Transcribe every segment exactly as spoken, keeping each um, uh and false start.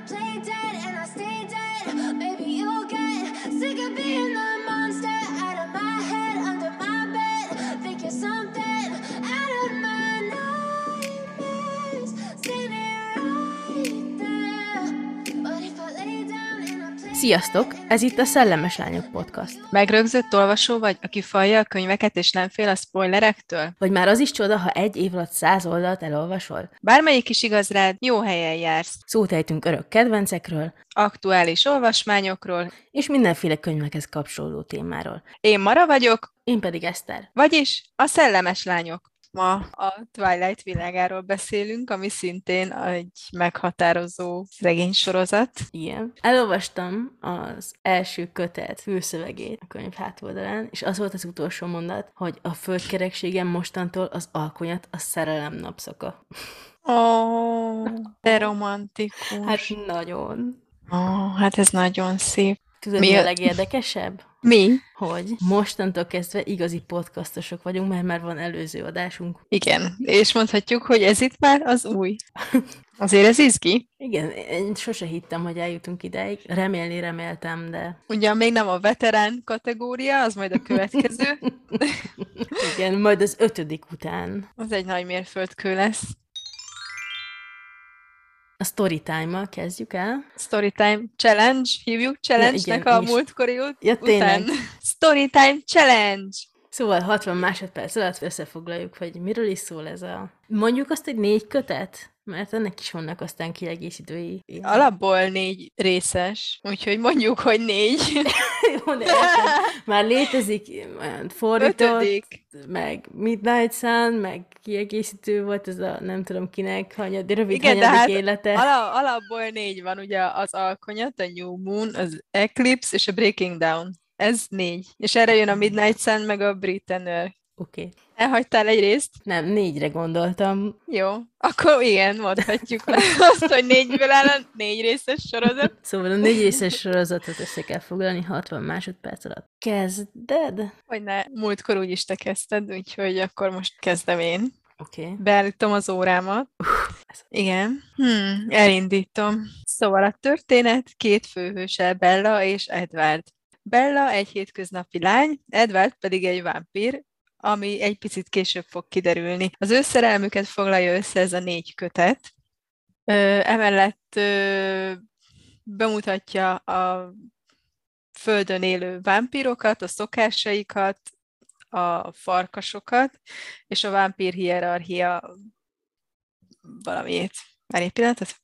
play dead and I stay dead. Maybe you'll get sick of being the monster out of my head, under my bed. Think you're something out of my nightmares. Standing right there. But if I lay down and I play. Sziasztok! Ez itt a Szellemes Lányok Podcast. Megrögzött olvasó vagy, aki falja a könyveket és nem fél a spoilerektől? Vagy már az is csoda, ha egy év alatt száz oldalt elolvasol? Bármelyik is igaz rád, jó helyen jársz. Szót ejtünk örök kedvencekről, Aktuális olvasmányokról. és mindenféle könyvekhez kapcsolódó témáról. Én Mara vagyok, Én pedig Eszter. vagyis a Szellemes Lányok. Ma a Twilight világáról beszélünk, ami szintén egy meghatározó regénysorozat. Igen. Elolvastam az első kötet fülszövegét a könyv hátoldalán, és az volt az utolsó mondat, hogy a földkerekségem mostantól az alkonyat a szerelem napszaka. Ó, de romantikus. Hát nagyon. Ó, hát ez nagyon szép. Tudod, Mi mi a a- legérdekesebb? Mi? Hogy mostantól kezdve igazi podcastosok vagyunk, mert már van előző adásunk. Igen, és mondhatjuk, hogy ez itt már az új. Azért ez izgi. Igen, én sose hittem, hogy eljutunk ideig. Remélni reméltem, de Ugyan még nem a veterán kategória, az majd a következő. igen, majd az ötödik után. Az egy nagy mérföldkő lesz. A storytime-mal kezdjük el. Storytime Challenge, hívjuk challenge-nek igen, a és- múltkori ut- Ja, tényleg. után. Storytime Challenge! Szóval hatvan másodperc alatt összefoglaljuk, hogy miről is szól ez a... Mondjuk azt, hogy négy kötet? Mert ennek is vannak aztán kiegészítői. Alapból négy részes, úgyhogy mondjuk, hogy négy. Jó, de érted, már létezik olyan fordított, Ötödik. meg Midnight Sun, meg kiegészítő volt ez a nem tudom kinek, hanyad, rövid Igen, de hanyadik hát élete. ala- alapból négy van, ugye az Alkonyat, a New Moon, az Eclipse és a Breaking Down. Ez négy. És erre jön a Midnight Sun, meg a Britannia. Oké. Okay. Elhagytál egy részt? Nem, négyre gondoltam. Jó. Akkor igen, mondhatjuk azt, hogy négyből áll a négy részes sorozat. Szóval a négy részes sorozatot össze kell foglalni hatvan másodperc alatt. Kezded? Hogy ne, múltkor úgyis te kezdted, úgyhogy akkor most kezdem én. Oké. Okay. Beállítom az órámat. Igen. Hmm, elindítom. Szóval a történet két főhőse, Bella és Edward. Bella egy hétköznapi lány, Edward pedig egy vámpír, ami egy picit később fog kiderülni. Az ő szerelmüket foglalja össze ez a négy kötet. Ö, emellett ö, bemutatja a földön élő vámpírokat, a szokásaikat, a farkasokat, és a vámpír hierarchia valamiét. Várj egy pillanatot.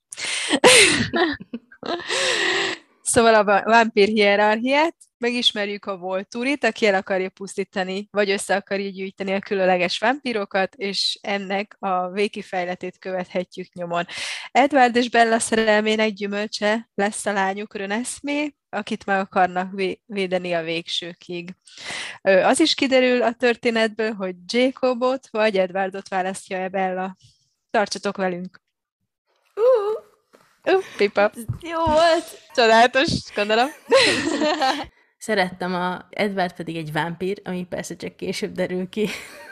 Szóval a vámpír hierarchiát, megismerjük a Voltúrit, aki el akarja pusztítani, vagy össze akarja gyűjteni a különleges vámpírokat, és ennek a végkifejletét követhetjük nyomon. Edward és Bella szerelmének gyümölcse lesz a lányuk Renesmee, akit meg akarnak vé- védeni a végsőkig. Ö, Az is kiderül a történetből, hogy Jacobot vagy Edwardot választja-e Bella. Tartsatok velünk! Uh, Uh, pipa! jó volt! Csodálatos, gondolom. Szerettem, a Edward pedig egy vámpír, ami persze csak később derül ki.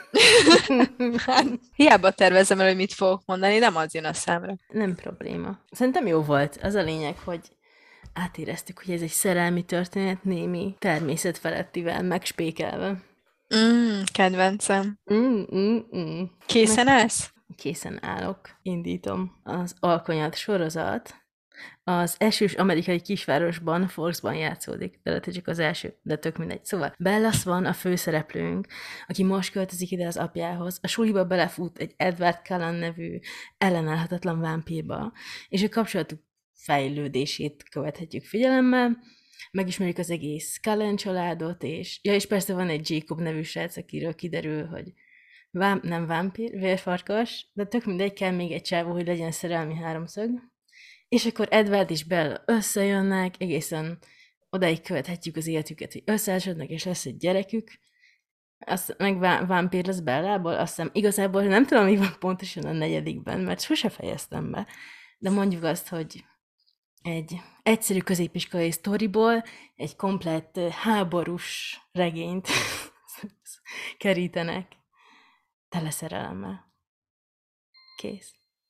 Hiába tervezem el, hogy mit fogok mondani, nem az jön a számra. Nem probléma. Szerintem jó volt. Az a lényeg, hogy átéreztük, hogy ez egy szerelmi történet némi természetfelettivel megspékelve. Mm, kedvencem. Mm, mm, mm. Készen állsz? Készen állok. Indítom. Az Alkonyat sorozat az esős amerikai kisvárosban, Forksban játszódik. De lehet, hogy csak az első, de tök mindegy. Szóval Bella Swan a főszereplőnk, aki most költözik ide az apjához. A suliba belefut egy Edward Cullen nevű ellenállhatatlan vámpírba, és a kapcsolatuk fejlődését követhetjük figyelemmel. Megismerjük az egész Cullen családot, és ja, és persze van egy Jacob nevű srác, akiről kiderül, hogy Vám, nem vámpír, vérfarkas, de tök mindegy, kell még egy csávó, hogy legyen szerelmi háromszög. És akkor Edward és Bella összejönnek, egészen odáig követhetjük az életüket, hogy összeállsodnak, és lesz egy gyerekük. Azt meg vá- vámpír lesz Bellából, azt hiszem igazából nem tudom, mi van pontosan a negyedikben, mert sose fejeztem be. De mondjuk azt, hogy egy egyszerű középiskolai sztoriból egy komplett háborús regényt kerítenek. Tele szerelemmel. Kész.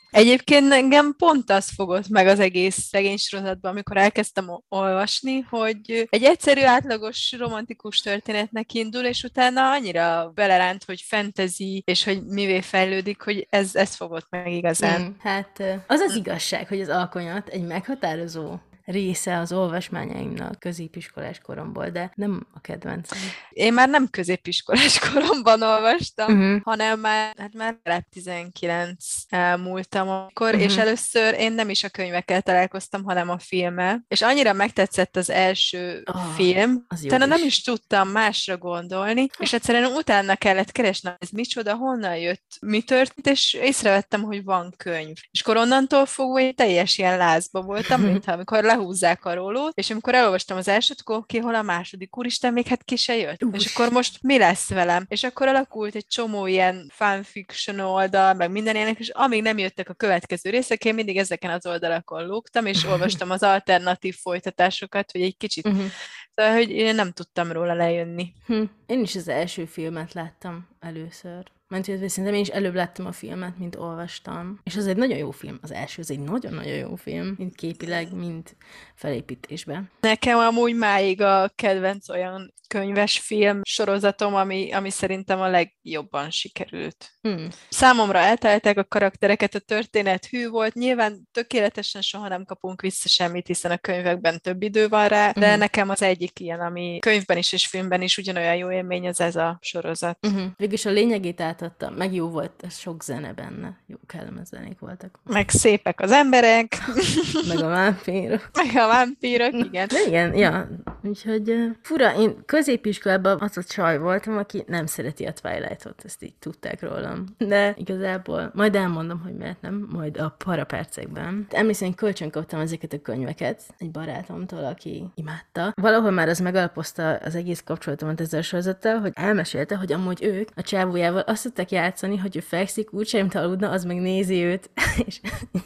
Egyébként engem pont az fogott meg az egész szegény sorozatban, amikor elkezdtem olvasni, hogy egy egyszerű, átlagos, romantikus történetnek indul, és utána annyira beleránt, hogy fantasy, és hogy mivé fejlődik, hogy ez, ez fogott meg igazán. Hmm, hát az az igazság, hogy az alkonyat egy meghatározó része az olvasmányaimnak középiskolás koromból, de nem a kedvencem. Én már nem középiskolás koromban olvastam, Uh-huh. hanem már, hát már legalább tizenkilenc elmúltam akkor, Uh-huh. és először én nem is a könyvekkel találkoztam, hanem a filmmel, és annyira megtetszett az első Ah, film, az jó utána nem is. is tudtam másra gondolni, és egyszerűen utána kellett keresnem, ez micsoda, honnan jött, mi történt, és észrevettem, hogy van könyv. És akkor onnantól fogva én teljes ilyen lázba voltam, mintha amikor lehúzzák a rólót, és amikor elolvastam az elsőt, akkor ki, hol a második, úristen, még hát ki se jött. Uff. És akkor most mi lesz velem? És akkor alakult egy csomó ilyen fanfiction oldal, meg minden ilyenek, és amíg nem jöttek a következő részek, én mindig ezeken az oldalakon lógtam, és olvastam az alternatív folytatásokat, hogy egy kicsit, Uh-huh. szóval, hogy én nem tudtam róla lejönni. Hm. Én is az első filmet láttam először. Mert hogy szerintem én is előbb láttam a filmet, mint olvastam. És az egy nagyon jó film. Az első, az egy nagyon-nagyon jó film. Mind képileg, mind felépítésben. Nekem amúgy máig a kedvenc olyan könyves film sorozatom, ami, ami szerintem a legjobban sikerült. Hm. Számomra eltalálták a karaktereket, a történet hű volt, nyilván tökéletesen soha nem kapunk vissza semmit, hiszen a könyvekben több idő van rá, de Mhm. nekem az egyik ilyen, ami könyvben is és filmben is ugyanolyan jó élmény, az ez a sorozat. Uh-huh. Végülis a lényegét átadtam, meg jó volt, sok zene benne. Jó, kellemes zenék voltak. Meg szépek az emberek, Meg a vámpírok. meg a vámpírok, igen. De igen, ja. Úgyhogy uh, fura, én középiskolában az a csaj voltam, aki nem szereti a Twilight-ot, ezt így tudták rólam. De igazából, majd elmondom, hogy miért nem, majd a parapercekben. Emlékszem, hogy kölcsön kaptam ezeket a könyveket egy barátomtól, aki imádta. Valahol már az megalapozta az egész kapcsolatomat ezzel a sorozattal, hogy elmesélte, hogy amúgy ők a csávójával azt tudták játszani, hogy ő fekszik, úgysem, mint aludna, az meg nézi őt. És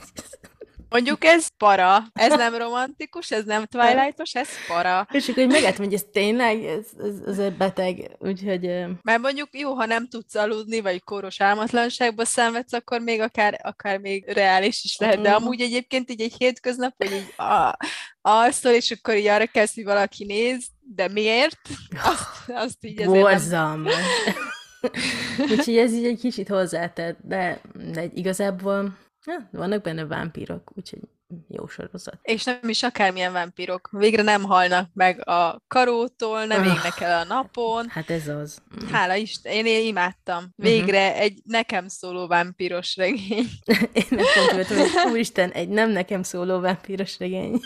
Mondjuk ez para, ez nem romantikus, ez nem Twilightos, ez para. És akkor megálltam, hogy ez tényleg, ez, ez, ez egy beteg, úgyhogy... ö, Mert mondjuk jó, ha nem tudsz aludni, vagy kóros álmatlanságba szenvedsz, akkor még akár, akár még reális is lehet, de Mhm. amúgy egyébként így egy hétköznap, hogy így a, alszol, és akkor így arra kezd, hogy valaki néz, de miért? Azt, azt így azért nem... Borzalmas. Úgyhogy ez így egy kicsit hozzátett, de, de igazából ja, vannak benne vámpírok, úgyhogy jó sorozat. És nem is akármilyen vámpírok. Végre nem halnak meg a karótól, nem Ah. égnek el a napon. Hát ez az. Mm. Hála Isten, én, én imádtam. Végre egy nekem szóló vámpíros regény. Én nem pont voltam, hogy úristen, egy nem nekem szóló vámpíros regény.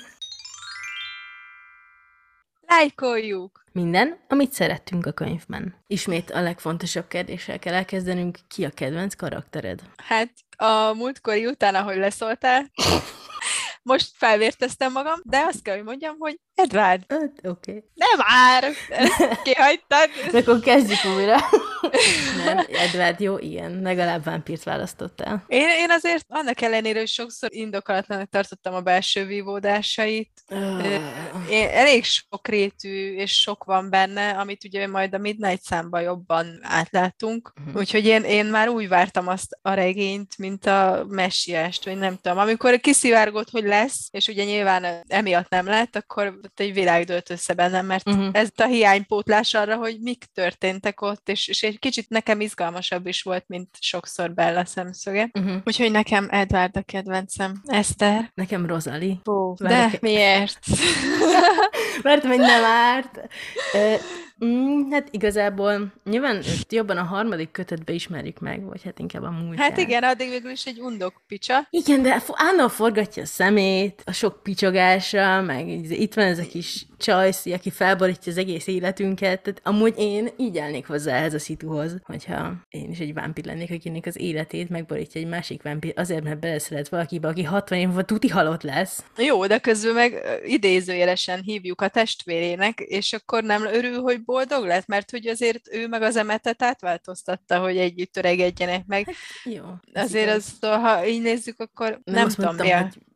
Lájkoljuk! Minden, amit szerettünk a könyvben. Ismét a legfontosabb kérdéssel kell elkezdenünk, ki a kedvenc karaktered? Hát a múltkori után, ahogy leszóltál, most felvérteztem magam, de azt kell, hogy mondjam, hogy Edward, Hát, oké. Okay. nem már! Ezt kihagytad. De akkor kezdjük újra. Nem, Edward, jó, igen, legalább vámpírt választottál. Én, én azért annak ellenére, hogy sokszor indokolatlanak tartottam a belső vívódásait. Én elég sokrétű és sok van benne, amit ugye majd a Midnight számban jobban átlátunk. Uh-huh. Úgyhogy én, én már úgy vártam azt a regényt, mint a messiást, vagy nem tudom. Amikor kiszivárgott, hogy lesz, és ugye nyilván emiatt nem lett, akkor egy világ dőlt össze bennem, mert Uh-huh. ez a hiánypótlás arra, hogy mik történtek ott, és, és egy kicsit nekem izgalmasabb is volt, mint sokszor Bella szemszöge. Uh-huh. Úgyhogy nekem Edward a kedvencem. Eszter. Nekem Rosalie. Ó, de Várok- miért? Mert meg nem árt. Ö, mm, hát igazából nyilván őt jobban a harmadik kötetbe ismerjük meg, vagy hát inkább a múltját. Hát igen, addig végül is egy undok picsa. Igen, de fo- állandóan forgatja a szemét, a sok picsogása, meg így- itt van ez a kis csajszi, aki felborítja az egész életünket. Tehát amúgy én így állnék hozzá ehhez a szituhoz, hogyha én is egy vámpír lennék, akinek az életét megborítja egy másik vámpír, azért, mert beleszeret valakibe, aki hatvan év múlva tuti halott lesz. Jó, de közben meg ö, idézőjelesen hívjuk a testvérének, és akkor nem örül, hogy boldog lett, mert hogy azért ő meg az emetet átváltoztatta, hogy együtt öregedjenek meg. Jó. Azért igaz. az, ha így nézzük, akkor nem, nem azt tudom, mondtam, mi a... hogy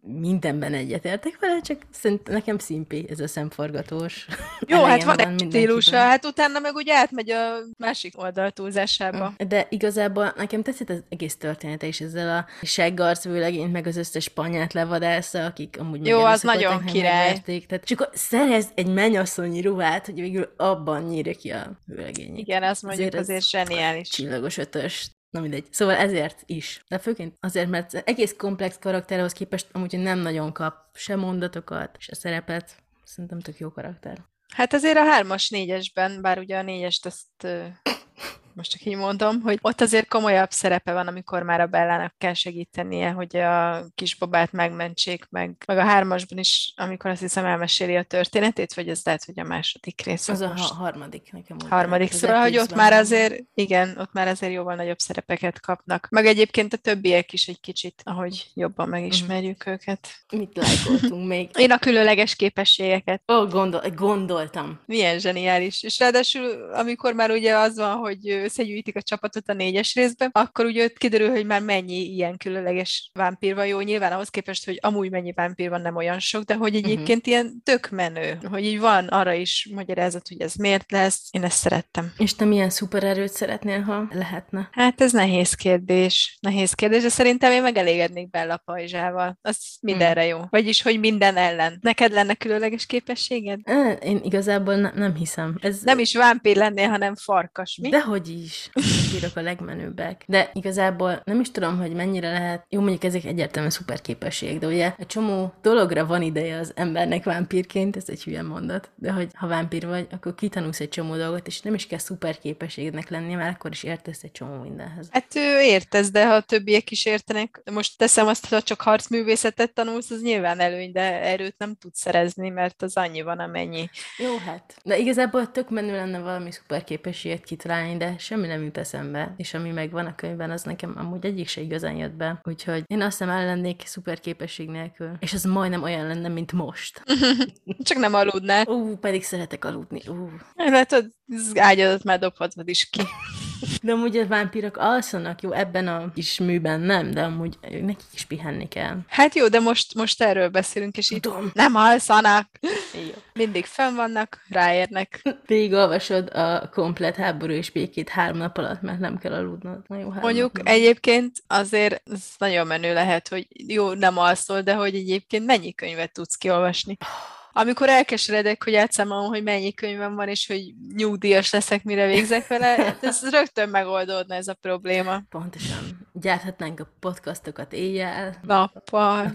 mindenben egyetértek vele, csak szerintem nekem szimpi ez a szemforgatós. Jó, hát Elegem van van egy mindenkiben. stílusa, hát utána meg ugye átmegy a másik oldal túlzásába. De igazából nekem tetszett az egész története is ezzel a seggarc vőlegényt, meg az összes panyát levadásza, akik amúgy Jó, meg az erőszakolták, nagyon meg király. megverték. Tehát, és akkor szerez egy mennyasszonyi ruhát, hogy végül abban nyírja ki a vőlegényét. Igen, azt mondjuk Azért ez azért zseniális. Csillagos ötös. Na mindegy. Szóval ezért is. De főként azért, mert az egész komplex karakterhez képest amúgy nem nagyon kap se mondatokat, se szerepet. Szerintem tök jó karakter. Hát azért a hármas, négyesben, bár ugye a négyest azt ö, most csak így mondom, hogy ott azért komolyabb szerepe van, amikor már a Bellának kell segítenie, hogy a kisbabát megmentsék, meg, meg a hármasban is, amikor azt hiszem elmeséli a történetét, vagy ez lehet, hogy a második rész. Az a most. ha- harmadik nekem úgy. Harmadik, tűnik. Az szóval, hogy ott epizódban. már azért, igen, ott már azért jóval nagyobb szerepeket kapnak. Meg egyébként a többiek is egy kicsit, ahogy jobban megismerjük őket. Mit lájkoltunk még? Én a különleges képességeket. Ó, gondol, gondoltam. Milyen zseniális. És ráadásul, amikor már ugye az van, hogy összegyűjtik a csapatot a négyes részben, akkor ugye ott kiderül, hogy már mennyi ilyen különleges vámpír van. Jó, nyilván ahhoz képest, hogy amúgy mennyi vámpír van, nem olyan sok, de hogy egyébként uh-huh. ilyen tök menő. Hogy így van arra is magyarázat, hogy ez miért lesz. Én ezt szerettem. És te milyen szupererőt szeretnél, ha lehetne? Hát ez nehéz kérdés. Nehéz kérdés, de szerintem én megelégednék Bella pajzsával. Az mindenre jó. Vagyis, hogy minden ellen. Neked lenne különleges képességed? Ö, Én igazából ne, nem hiszem. Ez Nem is vámpír lennél, hanem farkas, mi? Dehogy is. A bírok a legmenőbbek. De igazából nem is tudom, hogy mennyire lehet. Jó, mondjuk ezek egyértelműen szuper képesség, de ugye egy csomó dologra van ideje az embernek vámpírként, ez egy hülye mondat, de hogy ha vámpír vagy, akkor kitanulsz egy csomó dolgot, és nem is kell szuper képességednek lenni, mert akkor is értesz egy csomó mindenhez. Hát ő értesz, de ha a többiek is értenek, most teszem azt, ha csak harcművészetet tanulsz, az nyilván előny, de erőt nem tudsz szerezni, mert az annyi van, amennyi. Jó, hát. De igazából tök menő lenne valami szuper képességet kitalálni, de semmi nem jut eszembe. És ami megvan a könyvben, az nekem amúgy egyik se igazán jött be. Úgyhogy én azt hiszem el lennék szuper képesség nélkül. És az majdnem olyan lenne, mint most. Csak nem aludnál. Ú, pedig szeretek aludni. Ú. Látod, az ágyadat már dobhatod is ki. De amúgy a vámpírok alszanak, jó, ebben a kis műben nem, de amúgy nekik is pihenni kell. Hát jó, de most, most erről beszélünk, és így Tudom. nem alszanak. Jó. Mindig fönn vannak, ráérnek. Végig olvasod a komplet háború és békét három nap alatt, mert nem kell aludnod. Na jó, három Mondjuk nap nem. egyébként azért ez nagyon menő lehet, hogy jó, nem alszol, de hogy egyébként mennyi könyvet tudsz kiolvasni. Amikor elkeseredek, hogy átszámolom, hogy mennyi könyvem van, és hogy nyugdíjas leszek, mire végzek vele, ez rögtön megoldódna ez a probléma. Pontosan. Gyárthatnánk a podcastokat éjjel. Nappal.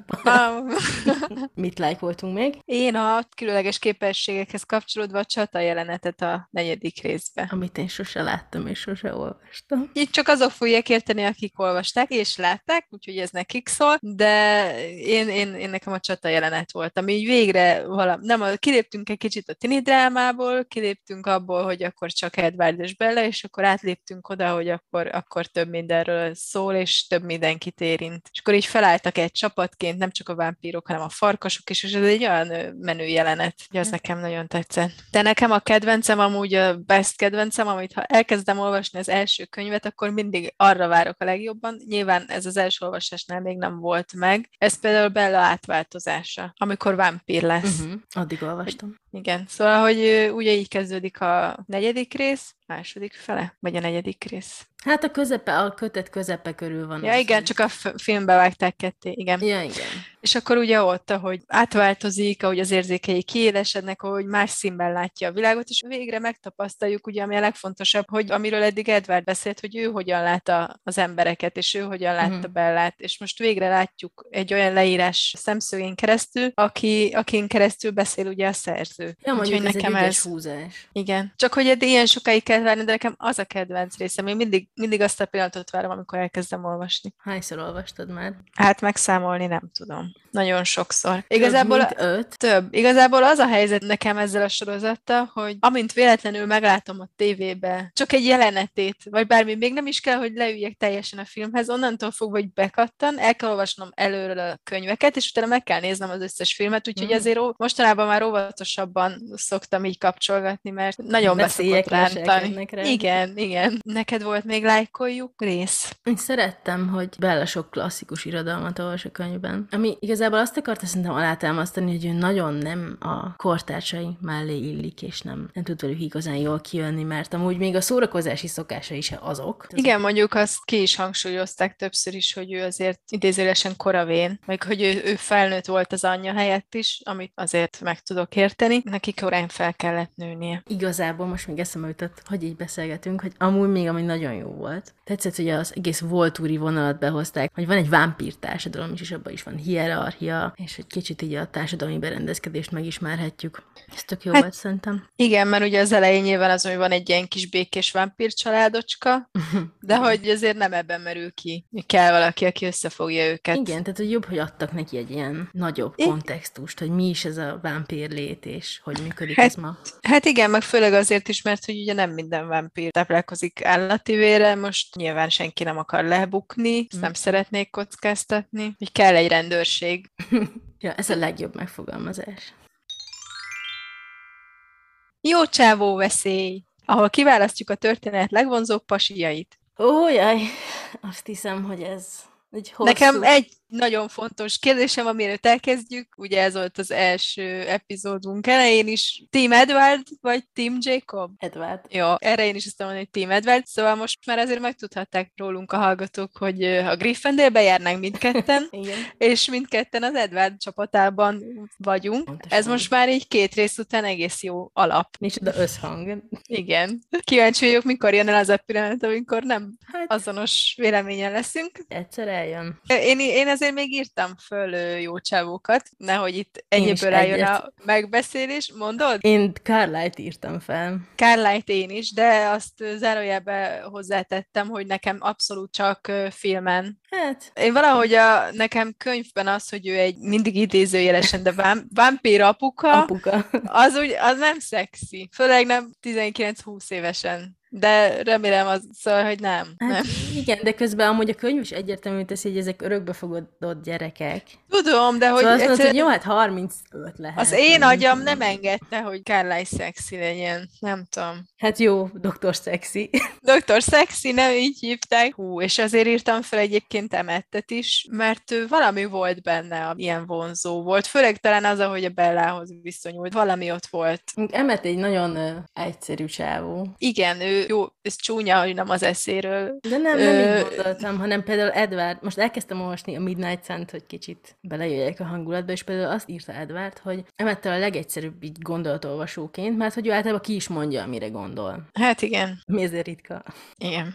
Mit lájkoltunk még? Én a különleges képességekhez kapcsolódva a csata jelenetet a negyedik részbe. Amit én sose láttam és sose olvastam. Itt csak azok fogják érteni, akik olvasták és látták, úgyhogy ez nekik szól, de én, én, én nekem a csata jelenet volt, ami így végre valami, nem, kiléptünk egy kicsit a tini drámából, kiléptünk abból, hogy akkor csak Edward és Bella, és akkor átléptünk oda, hogy akkor, akkor több mindenről szól, és több mindenkit érint. És akkor így felálltak egy csapatként, nem csak a vámpírok, hanem a farkasok is, és ez egy olyan menő jelenet, hogy az nekem nagyon tetszett. De nekem a kedvencem, amúgy a best kedvencem, amit ha elkezdem olvasni az első könyvet, akkor mindig arra várok a legjobban. Nyilván ez az első olvasásnál még nem volt meg. Ez például Bella átváltozása, amikor vámpír lesz. Uh-huh. Addig olvastam. Igen, szóval, hogy ugye így kezdődik a negyedik rész, második fele, vagy a negyedik rész. Hát a közepe, a kötet közepe körül van. Ja, az, igen, hogy- csak a f- filmbe vágták ketté, igen. Ja, igen. És akkor ugye ott, ahogy átváltozik, ahogy az érzékei kiélesednek, ahogy más színben látja a világot, és végre megtapasztaljuk, ugye, ami a legfontosabb, hogy amiről eddig Edward beszélt, hogy ő hogyan látta az embereket, és ő hogyan látta Mhm. Bellát, és most végre látjuk egy olyan leírás szemszögén keresztül, aki, akin keresztül beszél ugye a szerző. Ja, mondjuk Úgyhogy ez egy nekem ügyes ez- húzás. Igen. Csak hogy eddig ilyen sokáig kell várni, de nekem az a kedvenc részem. Én mindig, mindig azt a pillanatot várom, amikor elkezdem olvasni. Hányszor olvastad már? Hát megszámolni nem tudom. Nagyon sokszor. Igazából Több, mint öt. több. Igazából az a helyzet nekem ezzel a sorozattal, hogy amint véletlenül meglátom a tévébe csak egy jelenetét, vagy bármi, még nem is kell, hogy leüljek teljesen a filmhez, onnantól fogva, hogy bekattan, el kell olvasnom előről a könyveket, és utána meg kell néznem az összes filmet, úgyhogy Mm. azért ó- mostanában már óvatosabban szoktam így kapcsolgatni, mert nagyon Veszélyek beszokott rántani. leselkednek rá. Igen, igen. Neked volt még lájkoljuk rész? Én szerettem, hogy Bella sok klasszikus irodalmat olvas a könyvben, ami igazából azt akarta szerintem alátámasztani, hogy ő nagyon nem a kortársai mellé illik, és nem, nem tud velük igazán jól kijönni, mert amúgy még a szórakozási szokásai se azok. Igen, mondjuk azt ki is hangsúlyozták többször is, hogy ő azért idézőjelesen koravén, meg hogy ő, ő felnőtt volt az anyja helyett is, amit azért meg tudok érteni, neki korán fel kellett nőnie. Igazából most még eszembe jutott, hogy így beszélgetünk, hogy amúgy még ami nagyon jó volt. Tetszett, hogy az egész voltúri vonalat behozták, hogy van egy vámpír társadalom is, és abban is van hierarchia, és hogy kicsit így a társadalmi berendezkedést megismerhetjük. Ez tök jó Hát, volt szerintem. Igen, mert ugye az elején nyilván az, hogy van egy ilyen kis békés vámpír családocska, de hogy azért nem ebben merül ki. Kell valaki, aki összefogja őket. Igen, tehát hogy jobb, hogy adtak neki egy ilyen nagyobb I- kontextust, hogy mi is ez a vámpír lét, és hogy működik Hát- ez ma. Hát igen, meg főleg azért is, mert hogy ugye nem minden vámpír táplálkozik állati vére, most nyilván senki nem akar lebukni, ezt nem szeretnék kockáztatni, hogy kell egy rendőrség. Ja, ez a legjobb megfogalmazás. Jó csávó veszély, ahol kiválasztjuk a történet legvonzóbb pasijait. Ó, jaj, azt hiszem, hogy ez egy hosszú... Nekem egy nagyon fontos kérdésem, amiről elkezdjük, ugye ez volt az első epizódunk elején is, Team Edward vagy Team Jacob? Edward. Jó, erre én is azt mondom, hogy Team Edward, szóval most már azért megtudhatták rólunk a hallgatók, hogy a Gryffindorbe járnánk mindketten, Igen. és mindketten az Edward csapatában vagyunk. Pontosan. Ez most már így két rész után egész jó alap. Micsoda összhang. Igen. Kíváncsi vagyok, mikor jön el az a pillanat, amikor nem Hát, azonos véleményen leszünk. egyszer eljön. Én, én azért még írtam föl ö, jó csávókat, nehogy itt Én is ennyiből álljon egyet. a megbeszélés. Mondod? Én Carlyle-t írtam fel. Carlyle-t én is, de azt ö, zárójelbe hozzátettem, hogy nekem abszolút csak ö, filmen. Hát, Én valahogy a, nekem könyvben az, hogy ő egy mindig idézőjelesen, de vám, vámpír apuka, apuka. az úgy, az nem szexi. Főleg nem tizenkilenc-húsz évesen. De remélem az, szóval, hogy nem. Hát, nem. igen, de közben amúgy a könyv is egyértelműen teszi, hogy ezek örökbefogadott gyerekek. Tudom, de hogy Szóval azt mondod, hogy egyszerűen jó, hát harmincöt lehet. az én nem agyam tudom. nem engedte, hogy Carlyle szexi legyen. Nem tudom. Hát jó, doktor Szexi. doktor Szexi, nem így hívták. Hú, és azért írtam fel egyébként Emettet is, mert ő valami volt benne, ilyen vonzó volt. Főleg talán az, ahogy a Bellához viszonyult. Valami ott volt. Emmet egy nagyon ö, egyszerű csávó. Igen, ő jó, ez csúnya, hogy nem az eszéről. De nem, nem Ö, így gondoltam, hanem például Edward, most elkezdtem olvasni a Midnight Sun-t, hogy kicsit belejöjjek a hangulatba, és például azt írta Edward, hogy Emmettel a legegyszerűbb így gondolatolvasóként, mert hogy ő általában ki is mondja, amire gondol. Hát igen, Mi ezért ritka. igen.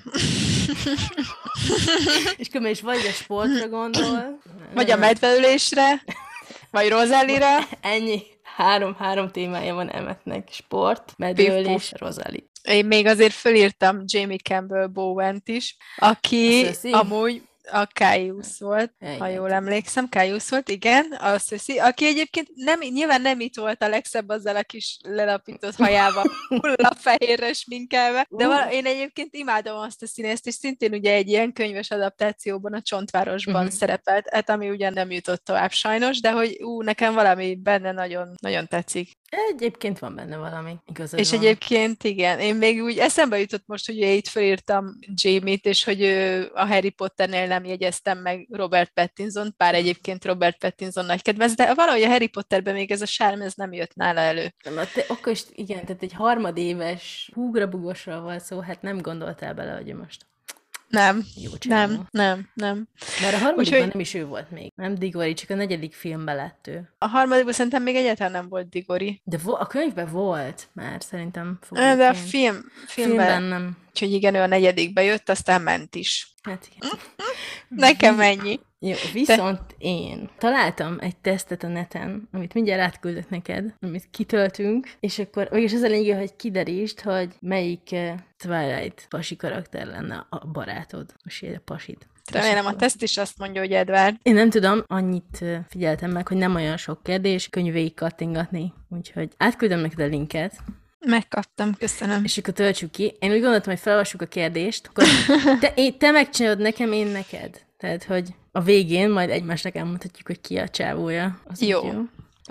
És különben is vagy a sportra gondol. Vagy a medveülésre, vagy Rosalira. Ennyi. Három, három témája van Emmetnek. Sport, medőlés, Rosalie. Én még azért fölírtam Jamie Campbell Bowen-t is, aki A Cersei? amúgy a Caius volt, Igen. ha jól emlékszem, Caius volt, igen, a Cersei, aki egyébként nem, nyilván nem itt volt a legszebb azzal a kis lelapított hajával, hullafehérre sminkelve, de Uh. vala, én egyébként imádom azt a színészt, és szintén ugye egy ilyen könyves adaptációban a Csontvárosban Uh-huh. uh-huh. szerepelt, hát ami ugyan nem jutott tovább sajnos, de hogy ú, nekem valami benne nagyon, nagyon tetszik. Egyébként van benne valami. Igazad És van. egyébként igen, én még úgy eszembe jutott most, hogy itt felírtam Jamie-t, és hogy ő a Harry Potternél nem jegyeztem meg Robert Pattinson, bár egyébként Robert Pattinson nagy kedvenc, de valahogy a Harry Potterben még ez a sárm, ez nem jött nála elő. Nem, a te okos, igen, tehát egy harmadéves húgra-bugosról volt szó, hát nem gondoltál bele, hogy ő most Nem, jó csávó. nem, nem, nem. Mert a harmadikban Úgyhogy- nem is ő volt még. Nem Diggory, csak a negyedik filmben lett ő. A harmadikban szerintem még egyáltalán nem volt Diggory. De vo- a könyvben volt már, szerintem De a fogadóként. film, filmben, filmben nem. úgyhogy igen, ő a negyedikbe jött, aztán ment is. Hát igen. Nekem ennyi. Jó, viszont én találtam egy tesztet a neten, amit mindjárt átküldök neked, amit kitöltünk, és akkor, vagyis az a lényeg, hogy kiderítsd, hogy melyik eh, Twilight pasi karakter lenne a barátod, most a pasid. Remélem a teszt is azt mondja, hogy Edward. Én nem tudom, annyit ö, figyeltem meg, hogy nem olyan sok kérdés, könnyű végig kattingatni, úgyhogy átküldöm neked a linket, Megkaptam, köszönöm. és akkor töltsük ki. Én úgy gondoltam, hogy felolvassuk a kérdést, akkor te, én, te megcsinálod nekem, én neked. Tehát, hogy a végén majd egymásnak elmondhatjuk, hogy ki a csávója. Az Jó. úgy jó.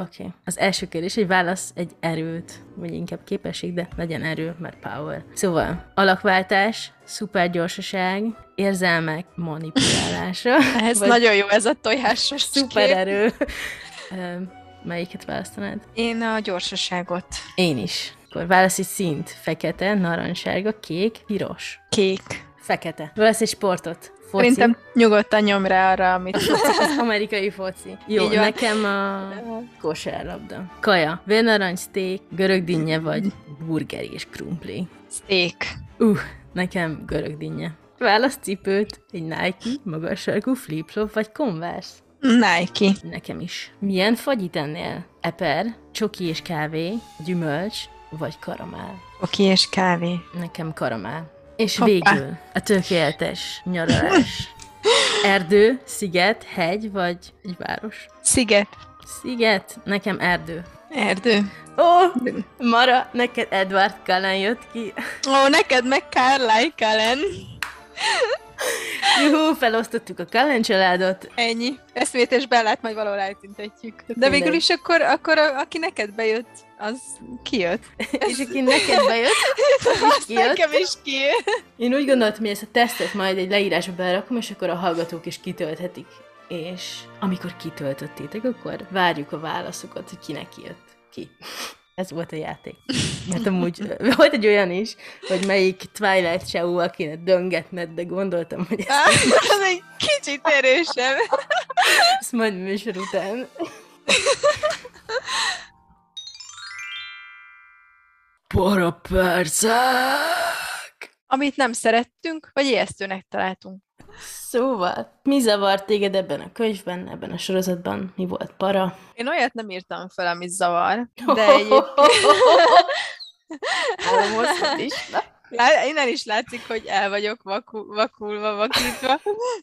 Oké. Okay. Az első kérdés, egy válasz egy erőt, vagy inkább képesség, de legyen erő, mert power. Szóval, alakváltás, szupergyorsaság, érzelmek manipulálása. Ez nagyon jó, ez a tojásos szupererő. Melyiket választanád? Én a gyorsaságot. Én is. Akkor válasz egy színt. Fekete, narancssárga, kék, piros. Kék. Fekete. Válasz egy sportot. Foci. Szerintem nyugodtan nyom rá arra, amit az amerikai foci. Jó, nekem a kosárlabda. Kaja. Vérnarancs, steak, görög dinnye vagy burger és krumpli. Steak. Uh, nekem görög dinnye. Válasz cipőt. Egy Nike, magas sarkú flip-flop vagy Converse. Nike. Nekem is. Milyen fagyit ennél? Eper, csoki és kávé, gyümölcs vagy karamell? Csoki és kávé. Nekem karamell. És Hoppá. végül a tökéletes nyaralás. Erdő, sziget, hegy vagy egy város? Sziget. Sziget, nekem erdő. Erdő. Ó, oh, Mara, neked Edward Cullen jött ki. Ó, neked meg Carly Cullen. Juhú, felosztottuk a Cullen családot. Ennyi. Eszmét és Bellát majd valahol eltüntetjük. De végül is akkor, akkor a, aki neked bejött, az kijött. És aki neked bejött, az is kijött. Nekem is kijött. Én úgy gondoltam, hogy ezt a tesztet majd egy leírásba berakom, és akkor a hallgatók is kitölthetik. És amikor kitöltöttétek, akkor várjuk a válaszokat, hogy kinek kijött. Ki. Ez volt a játék. Mert amúgy volt egy olyan is, hogy melyik Twilight Show-val kéne döngetned, de gondoltam, hogy ezt... Az egy kicsit erősebb. Ezt majd műsor után. Parapercek! Amit nem szerettünk, vagy ijesztőnek találtunk. Szóval, mi zavart téged ebben a könyvben, ebben a sorozatban? Mi volt para? Én olyat nem írtam fel, ami zavar, de egyébként... Álmozhat is. Lá- innen is látszik, hogy el vagyok vaku- vakulva, vakítva.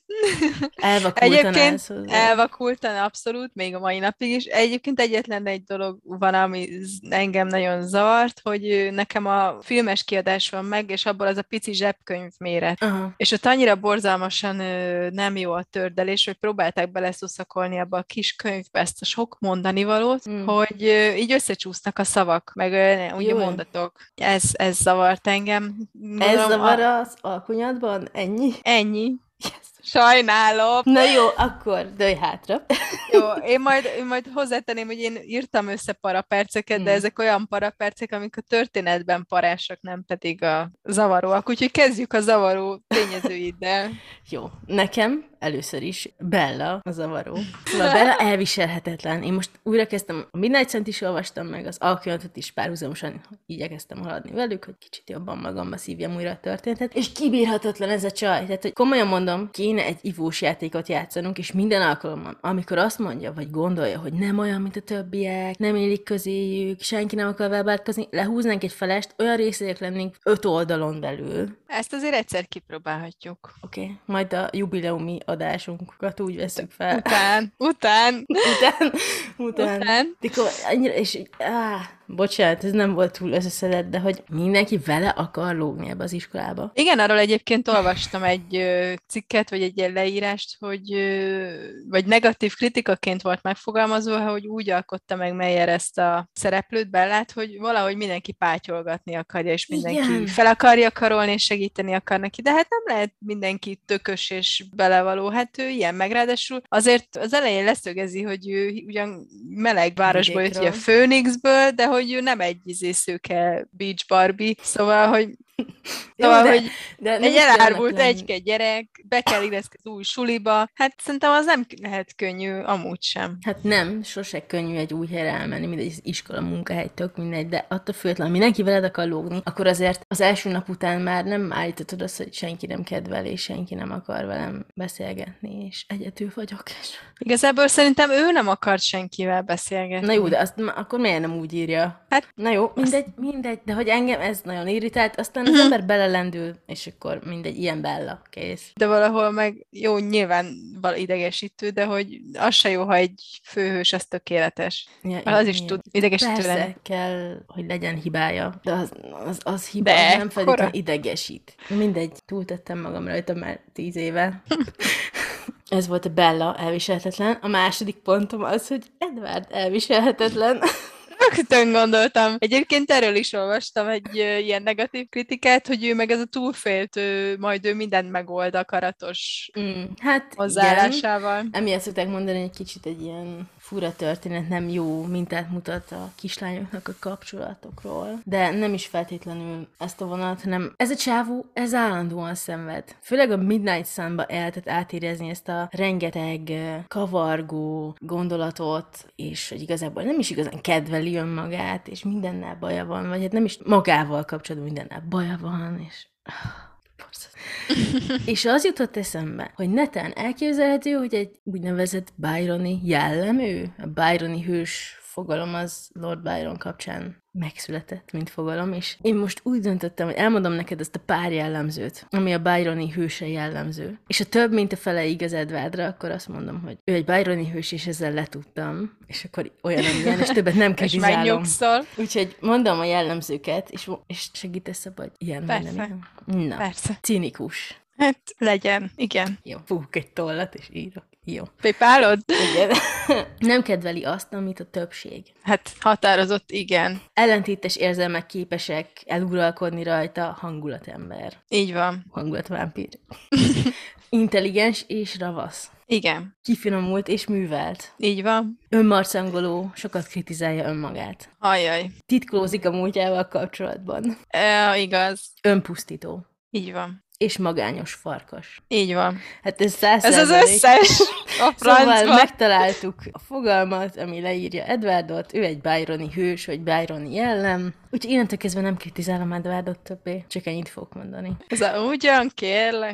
Elvakultan Egyébként hozzá. elvakultan abszolút, még a mai napig is. Egyébként egyetlen egy dolog van, ami engem nagyon zavart, hogy nekem a filmes kiadás van meg, és abból az a pici zsebkönyv méret. Aha. És ott annyira borzalmasan ö, nem jó a tördelés, hogy próbálták beleszuszakolni abba a kis könyvbe ezt a sok mondanivalót, Mm. hogy ö, így összecsúsznak a szavak, meg ö, ugye Jó. mondatok. Ez, ez zavart engem. Ez Mondom, zavar a- az alkonyatban? Ennyi? Ennyi. Yes. Sajnálom. Na jó, akkor dőj hátra. Jó, én majd, én majd hozzátenném, hogy én írtam össze paraperceket, de Hmm. ezek olyan parapercek, amik a történetben parásak, nem pedig a zavaróak. Úgyhogy kezdjük a zavaró tényezőiddel. Jó, nekem először is Bella a zavaró. Szóval Bella elviselhetetlen. Én most újra kezdtem, a Midnight Sun-t is olvastam meg, az alkonyatot is párhuzamosan igyekeztem haladni velük, hogy kicsit jobban magamba szívjam újra a történetet. És kibírhatatlan ez a csaj. Tehát, hogy komolyan mondom, kéne egy ivós játékot játszanunk, és minden alkalommal, amikor azt mondja, vagy gondolja, hogy nem olyan, mint a többiek, nem élik közéjük, senki nem akar vele barátkozni, lehúznánk egy felest, olyan részletek lennénk öt oldalon belül. Ezt azért egyszer kipróbálhatjuk. Oké, okay. Majd a jubileumi adásunkat úgy veszük fel. Után, után, után, után. után. Mikor annyira, és így, áh, bocsánat, ez nem volt túl összeszedett, de hogy mindenki vele akar lógni ebbe az iskolába. Igen, arról egyébként olvastam egy ö, cikket, vagy egy ilyen leírást, hogy ö, vagy negatív kritikaként volt megfogalmazva, hogy úgy alkotta meg Meyer ezt a szereplőt, Bellát, hogy valahogy mindenki pátyolgatni akarja, és mindenki Igen. fel akarja karolni, és segíteni akar neki. De hát nem lehet mindenki tökös és belevaló. Hát ő ilyen, meg ráadásul azért az elején leszögezi, hogy ő ugyan meleg városból jött, ugye Vidékről. Phoenixből, de hogy ő nem egy izé szőke Beach Barbie, szóval, hogy Szóval, de, hogy de nem egy is elárvult kelletlen. egyke gyerek, be kell illeszkedni az új suliba. Hát szerintem az nem lehet könnyű, amúgy sem. Hát nem, sose könnyű egy új helyre elmenni, mindegy, az iskola, munkahely, tök mindegy, de attól függetlenül, mindenki veled akar lógni, akkor azért az első nap után már nem állíthatod azt, hogy senki nem kedvel, és senki nem akar velem beszélgetni, és egyedül vagyok. És... Igazából szerintem ő nem akart senkivel beszélgetni. Na jó, de azt ma- akkor miért nem úgy írja? Hát, na jó, mindegy, mindegy, de hogy engem ez nagyon irritált, aztán az Mhm. ember belelendül, és akkor mindegy, ilyen Bella, kész. De valahol meg jó, nyilván val idegesítő, de hogy az se jó, ha egy főhős az tökéletes. Ja, Az is igen. tud idegesítő Persze lenni. kell, hogy legyen hibája, de az, az, az hiba, De az nem feltétlenül ekkora? idegesít. Mindegy, túltettem magam rajta már tíz éve. Ez volt a Bella elviselhetetlen. A második pontom az, hogy Edward elviselhetetlen. Rögtön gondoltam. Egyébként erről is olvastam egy ö, ilyen negatív kritikát, hogy ő meg ez a túlfélt, ő, majd ő mindent megold akaratos Mm, hát igen. hozzáállásával. Emiatt szokták mondani, hogy kicsit egy ilyen fura történet, nem jó mintát mutat a kislányoknak a kapcsolatokról. De nem is feltétlenül ezt a vonalat, hanem ez a csávó, ez állandóan szenved. Főleg a Midnight Sun-ba eltett átérezni ezt a rengeteg eh, kavargó gondolatot, és hogy igazából nem is igazán kedveli önmagát, és mindennel baja van, vagy hát nem is magával kapcsolatban mindennel baja van, és... És az jutott eszembe, hogy netán elképzelhető, hogy egy úgynevezett Byroni jellemű, a Byroni hős fogalom az Lord Byron kapcsán megszületett, mint fogalom, és én most úgy döntöttem, hogy elmondom neked ezt a pár jellemzőt, ami a Byroni hőse jellemző. És ha több, mint a fele igaz Edwardra, akkor azt mondom, hogy ő egy Byroni hős, és ezzel letudtam, és akkor olyan, amilyen, és többet nem kritizálom. És megnyugszol. Úgyhogy mondom a jellemzőket, és, és segítesz abba, hogy ilyen vagy nem ilyen. Na, Persze. cinikus. Hát legyen, igen. Jó, fúk egy tollat, és írok. Jó. Pipálod? Igen. Nem kedveli azt, amit a többség. Hát határozott, igen. Ellentétes érzelmek képesek eluralkodni rajta, hangulatember. Így van. Hangulatvámpír. Intelligens és ravasz. Igen. Kifinomult és művelt. Így van. Önmarcangoló, sokat kritizálja önmagát. Ajaj. Titkolózik a múltjával kapcsolatban. E, igaz. Önpusztító. Így van. És magányos farkas. Így van. Hát ez száz Ez az százalék. összes a francba. Szóval megtaláltuk a fogalmat, ami leírja Edwardot, ő egy Byroni hős, vagy Byroni jellem. Úgyhogy innentől kezdve nem kritizálom Edwardot többé, csak ennyit fogok mondani. Ez a, ugyan, kérlek.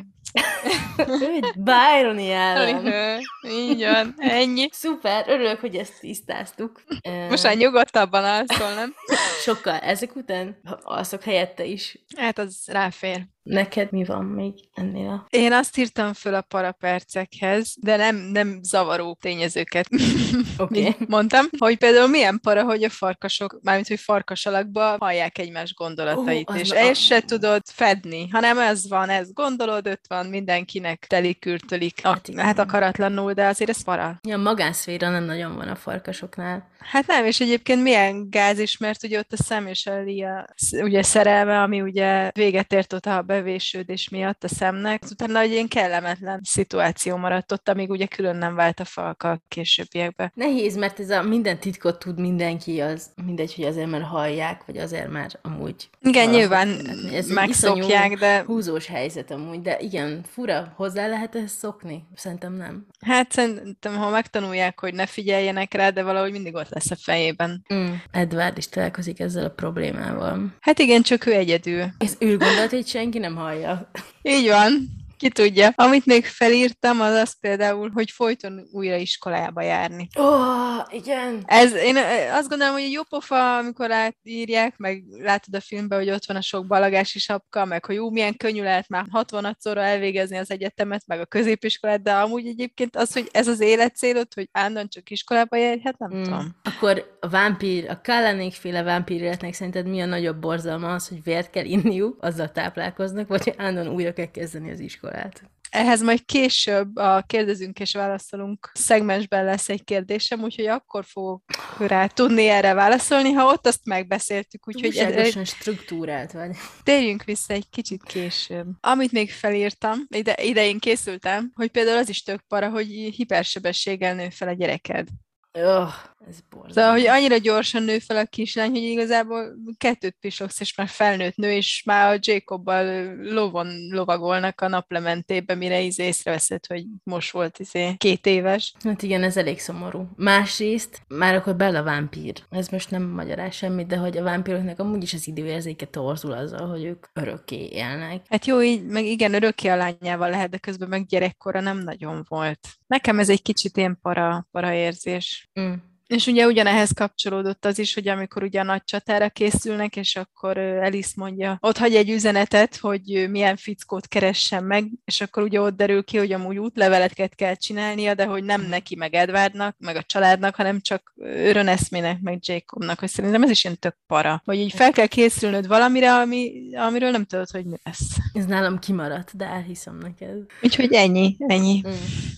Ő egy Byroni jellem. Így van, ennyi. Szuper, örülök, hogy ezt tisztáztuk. Most már nyugodtabban alszol, nem? Sokkal ezek után alszok helyette is. Hát az ráfér. Neked mi van még ennél a... Én azt írtam föl a parapercekhez, de nem, nem zavaró tényezőket. Oké. Okay. Mondtam, hogy például milyen para, hogy a farkasok, mármint, hogy farkas alakba hallják egymás gondolatait, Ó, és az- ezt se tudod fedni, hanem ez van, ez gondolod, ott van, mindenkinek telikürtölik. Hát Hát, igen. hát akaratlanul, de azért ez para. Ja, a magánszféra nem nagyon van a farkasoknál. Hát nem, és egyébként milyen gáz is, mert ugye ott a Sam és a Lia ugye szerelme, ami ugye véget ért ott a bevésődés miatt a Samnek, utána egy ilyen kellemetlen szituáció maradt ott, amíg ugye külön nem vált a falka a későbbiekben. Nehéz, mert ez a minden titkot tud mindenki, az mindegy, hogy azért, mert hallják, vagy azért, mert amúgy... Igen, valahogy- nyilván hát ez egy megszokják, iszonyú de húzós helyzet amúgy, de igen, fura, hozzá lehet ezt szokni? Szerintem nem. hát szerintem, ha megtanulják, hogy ne figyeljenek rá, de valahogy mindig ott lesz a fejében. Mm. Edward is találkozik ezzel a problémával. Hát igen, csak ő egyedül. És ő gondolt, hogy senki nem hallja. Így van. Ki tudja. Amit még felírtam, az az például, hogy folyton újra iskolába járni. Ó, oh, igen. Ez, én azt gondolom, hogy jó pofa, amikor átírják, meg látod a filmben, hogy ott van a sok balagási sapka, meg hogy jó, milyen könnyű lehet már hatvanadszorra elvégezni az egyetemet, meg a középiskolát, de amúgy egyébként az, hogy ez az életcélod, hogy állandóan csak iskolába járj, hát nem Mm. tudom. Akkor a vámpír, a Kallanék-féle vámpír életnek szerinted mi a nagyobb borzalma az, hogy vért kell inniuk, azzal táplálkoznak, vagy állandóan újra kell kezdeni az iskolát? Ehhez majd később a kérdezünk és válaszolunk szegmensben lesz egy kérdésem, úgyhogy akkor fogok rá tudni erre válaszolni, ha ott azt megbeszéltük, úgyhogy ez- Újságosan struktúrált vagy. térjünk vissza egy kicsit később. Amit még felírtam, ide, ide én készültem, hogy például az is tök para, hogy hipersebességgel nő fel a gyereked. Oh, ez borzalmas. Szóval, hogy annyira gyorsan nő fel a kislány, hogy igazából kettőt pislogsz, és már felnőtt nő, és már a Jacobbal lovon lovagolnak a naplementébe, mire íz észreveszed, hogy most volt izé két éves. Hát igen, ez elég szomorú. Másrészt, már akkor Bella vámpír. Ez most nem magyaráz semmit, de hogy a vámpíroknak amúgy is az időérzéke torzul azzal, hogy ők örökké élnek. Hát jó, így, meg igen, örökké a lányával lehet, de közben meg gyerekkora nem nagyon volt. Nekem ez egy kicsit ilyen para, para érzés. Mm. És ugye ugyanehhez kapcsolódott az is, hogy amikor ugye a nagy csatára készülnek, és akkor ö, Alice mondja, ott hagy egy üzenetet, hogy ö, milyen fickót keressen meg, és akkor ugye ott derül ki, hogy amúgy útleveleket kell csinálnia, de hogy nem neki, meg Edwardnak, meg a családnak, hanem csak Ron Esmének, meg Jacobnak, hogy szerintem ez is ilyen tök para. Hogy így fel kell készülnöd valamire, ami, amiről nem tudod, hogy mi lesz. Ez nálam kimaradt, de elhiszem neked. Úgyhogy ennyi, ennyi. Mm.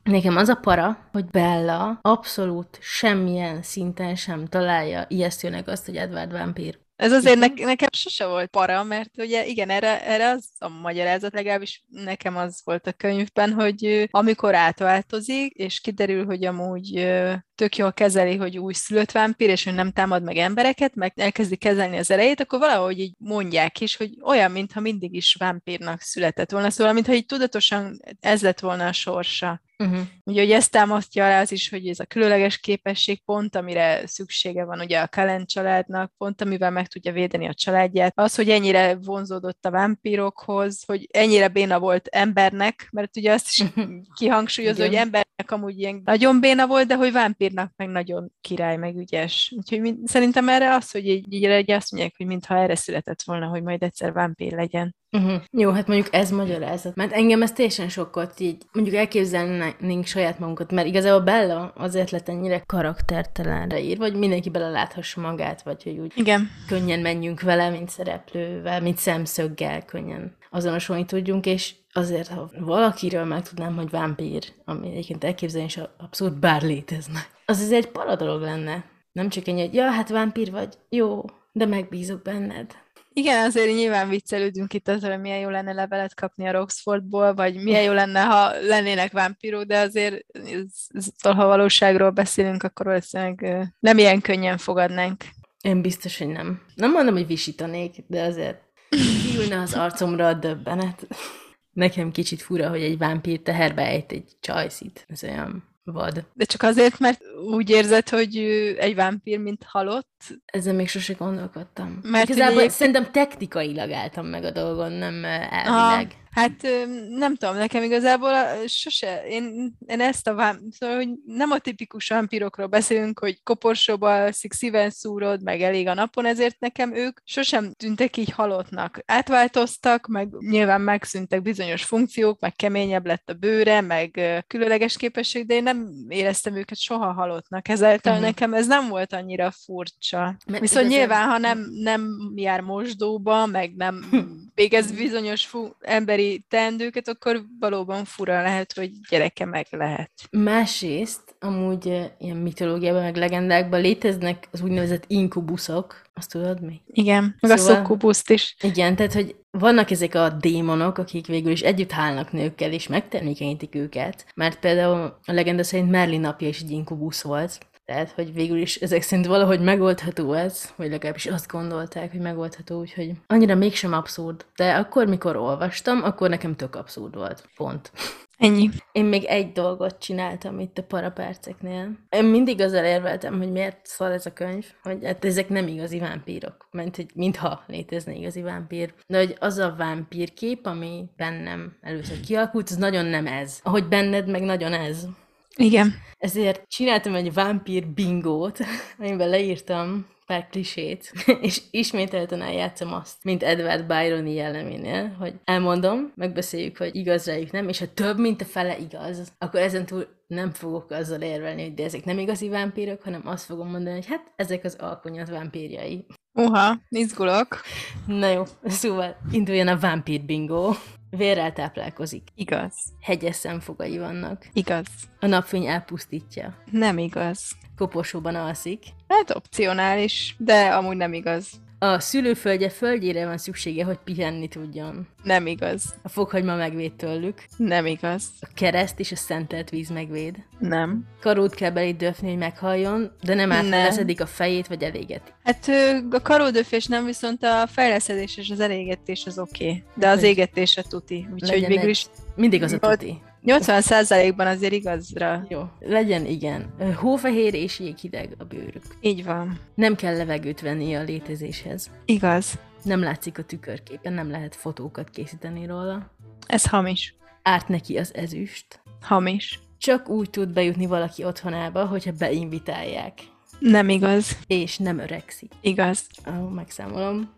Nekem az a para, hogy Bella abszolút semmilyen szinten sem találja ijesztőnek azt, hogy Edward vámpír. Ez azért ne- nekem sose volt para, mert ugye igen, erre, erre az a magyarázat, legalábbis nekem az volt a könyvben, hogy ö, amikor átváltozik, és kiderül, hogy amúgy ö, tök jól kezeli, hogy újszülött vámpír, és ő nem támad meg embereket, meg elkezdi kezelni az erejét, akkor valahogy így mondják is, hogy olyan, mintha mindig is vámpírnak született volna, szóval mintha így tudatosan ez lett volna a sorsa. Uh-huh. Ugye, hogy ezt támasztja alá az is, hogy ez a különleges képesség pont, amire szüksége van ugye a Cullen családnak, pont amivel meg tudja védeni a családját. Az, hogy ennyire vonzódott a vámpírokhoz, hogy ennyire béna volt embernek, mert ugye azt is kihangsúlyozza, hogy embernek amúgy ilyen nagyon béna volt, de hogy vámpírnak meg nagyon király, meg ügyes. Úgyhogy mind, szerintem erre az, hogy így, így, így azt mondják, hogy mintha erre született volna, hogy majd egyszer vámpír legyen. Uh-huh. Jó, hát mondjuk ez magyarázat. Mert engem ez teljesen sokkolt, így mondjuk elképzelnénk saját magunkat, mert igazából Bella azért lett ennyire karaktertelenre ír, vagy mindenki beleláthassa magát, vagy hogy úgy Igen. könnyen menjünk vele, mint szereplővel, mint szemszöggel könnyen azonosulni tudjunk, és azért, ha valakiről megtudnám, hogy vámpír, ami egyébként elképzelni is abszolút bár létezne, az azért egy para dolog lenne. Nem csak ennyi, hogy ja, hát vámpír vagy, jó, de megbízok benned. Igen, azért nyilván viccelődünk itt azra, hogy milyen jó lenne levelet kapni a Roxfordból, vagy milyen jó lenne, ha lennének vámpírok, de azért ez, ez, ha valóságról beszélünk, akkor valószínűleg nem ilyen könnyen fogadnánk. Én biztos, hogy nem. Nem mondom, hogy visítanék, de azért kiülne az arcomra a döbbenet. Nekem kicsit fura, hogy egy vámpír teherbe ejt egy csajszit. Ez olyan vad. De csak azért, mert úgy érzed, hogy egy vámpír, mint halott? Ezzel még sose gondolkodtam. Mert igazából ugye... szerintem technikailag álltam meg a dolgon, nem elvileg. Aha. Hát nem tudom, nekem igazából sose, én, én ezt a vám, szóval, hogy nem a tipikus vámpírokról beszélünk, hogy koporsóba alszik, szíven szúrod, meg elég a napon, ezért nekem ők sosem tűntek így halottnak. Átváltoztak, meg nyilván megszűntek bizonyos funkciók, meg keményebb lett a bőre, meg különleges képesség, de én nem éreztem őket soha halottnak. Ezáltal uh-huh. nekem ez nem volt annyira furcsa. Mert viszont igazán... nyilván, ha nem, nem jár mosdóba, meg nem végez bizonyos fu- emberi teendőket, akkor valóban fura lehet, hogy gyereke meg lehet. Másrészt, amúgy ilyen mitológiában, meg legendákban léteznek az úgynevezett inkubuszok. Azt tudod mi? Igen, meg szóval, a szukkubuszt is. Igen, tehát, hogy vannak ezek a démonok, akik végül is együtt hálnak nőkkel, és megtermékenyítik őket. Mert például a legenda szerint Merlin apja is egy inkubusz volt. Tehát, hogy végül is ezek szerint valahogy megoldható ez, vagy legalábbis azt gondolták, hogy megoldható, úgyhogy annyira mégsem abszurd. De akkor, mikor olvastam, akkor nekem tök abszurd volt. Pont. Ennyi. Én még egy dolgot csináltam itt a paraperceknél. Én mindig azzal érveltem, hogy miért szar ez a könyv, hogy hát ezek nem igazi vámpírok. Mert hogy mintha létezne igazi vámpír. De hogy az a vámpírkép, ami bennem először kialakult, az nagyon nem ez. Ahogy benned meg nagyon ez. Igen. Ezért csináltam egy vámpír bingót, amiben leírtam pár klisét, és ismételten eljátszom azt, mint Edward Byroni jelleménél, hogy elmondom, megbeszéljük, hogy igaz rájuk, nem, és ha több, mint a fele igaz, akkor ezentúl nem fogok azzal érvelni, hogy de ezek nem igazi vámpírok, hanem azt fogom mondani, hogy hát ezek az alkonyat vámpírjai. Uha, izgulok. Na jó, szóval induljon a vámpír bingó. Vérrel táplálkozik. Igaz. Hegyes szemfogai vannak. Igaz. A napfény elpusztítja. Nem igaz. Koporsóban alszik. Hát opcionális, de amúgy nem igaz. A szülőföldje földjére van szüksége, hogy pihenni tudjon. Nem igaz. A fokhagyma megvéd tőlük. Nem igaz. A kereszt és a szentelt víz megvéd. Nem. Karót kell belé döfni, hogy meghalljon, de nem átfejleszedik a fejét, vagy elégeti. Hát a karódöfés nem, viszont a fejleszedés és az elégetés az oké. Okay. De az égetés a tuti. Úgyhogy végül is... Mindig az a tuti. nyolcvan százalékban azért igazra. Jó, legyen igen. Hófehér és jéghideg a bőrük. Így van. Nem kell levegőt venni a létezéshez. Igaz. Nem látszik a tükörképen, nem lehet fotókat készíteni róla. Ez hamis. Árt neki az ezüst. Hamis. Csak úgy tud bejutni valaki otthonába, hogyha beinvitálják. Nem igaz. És nem öregszik. Igaz. Ó, oh, megszámolom.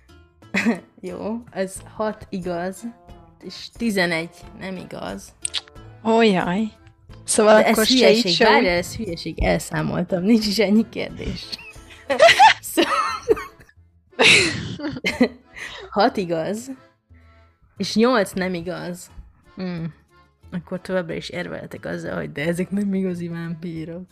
Jó, ez hat igaz, és tizenegy nem igaz. Ó, jaj. Szóval de akkor ez se hülyeség, így se várj, úgy... ez hülyeség, elszámoltam, nincs is ennyi kérdés. Szóval... hat igaz, és nyolc nem igaz. Hmm. Akkor továbbra is érveltek azzal, hogy de ezek nem igazi vámpírok.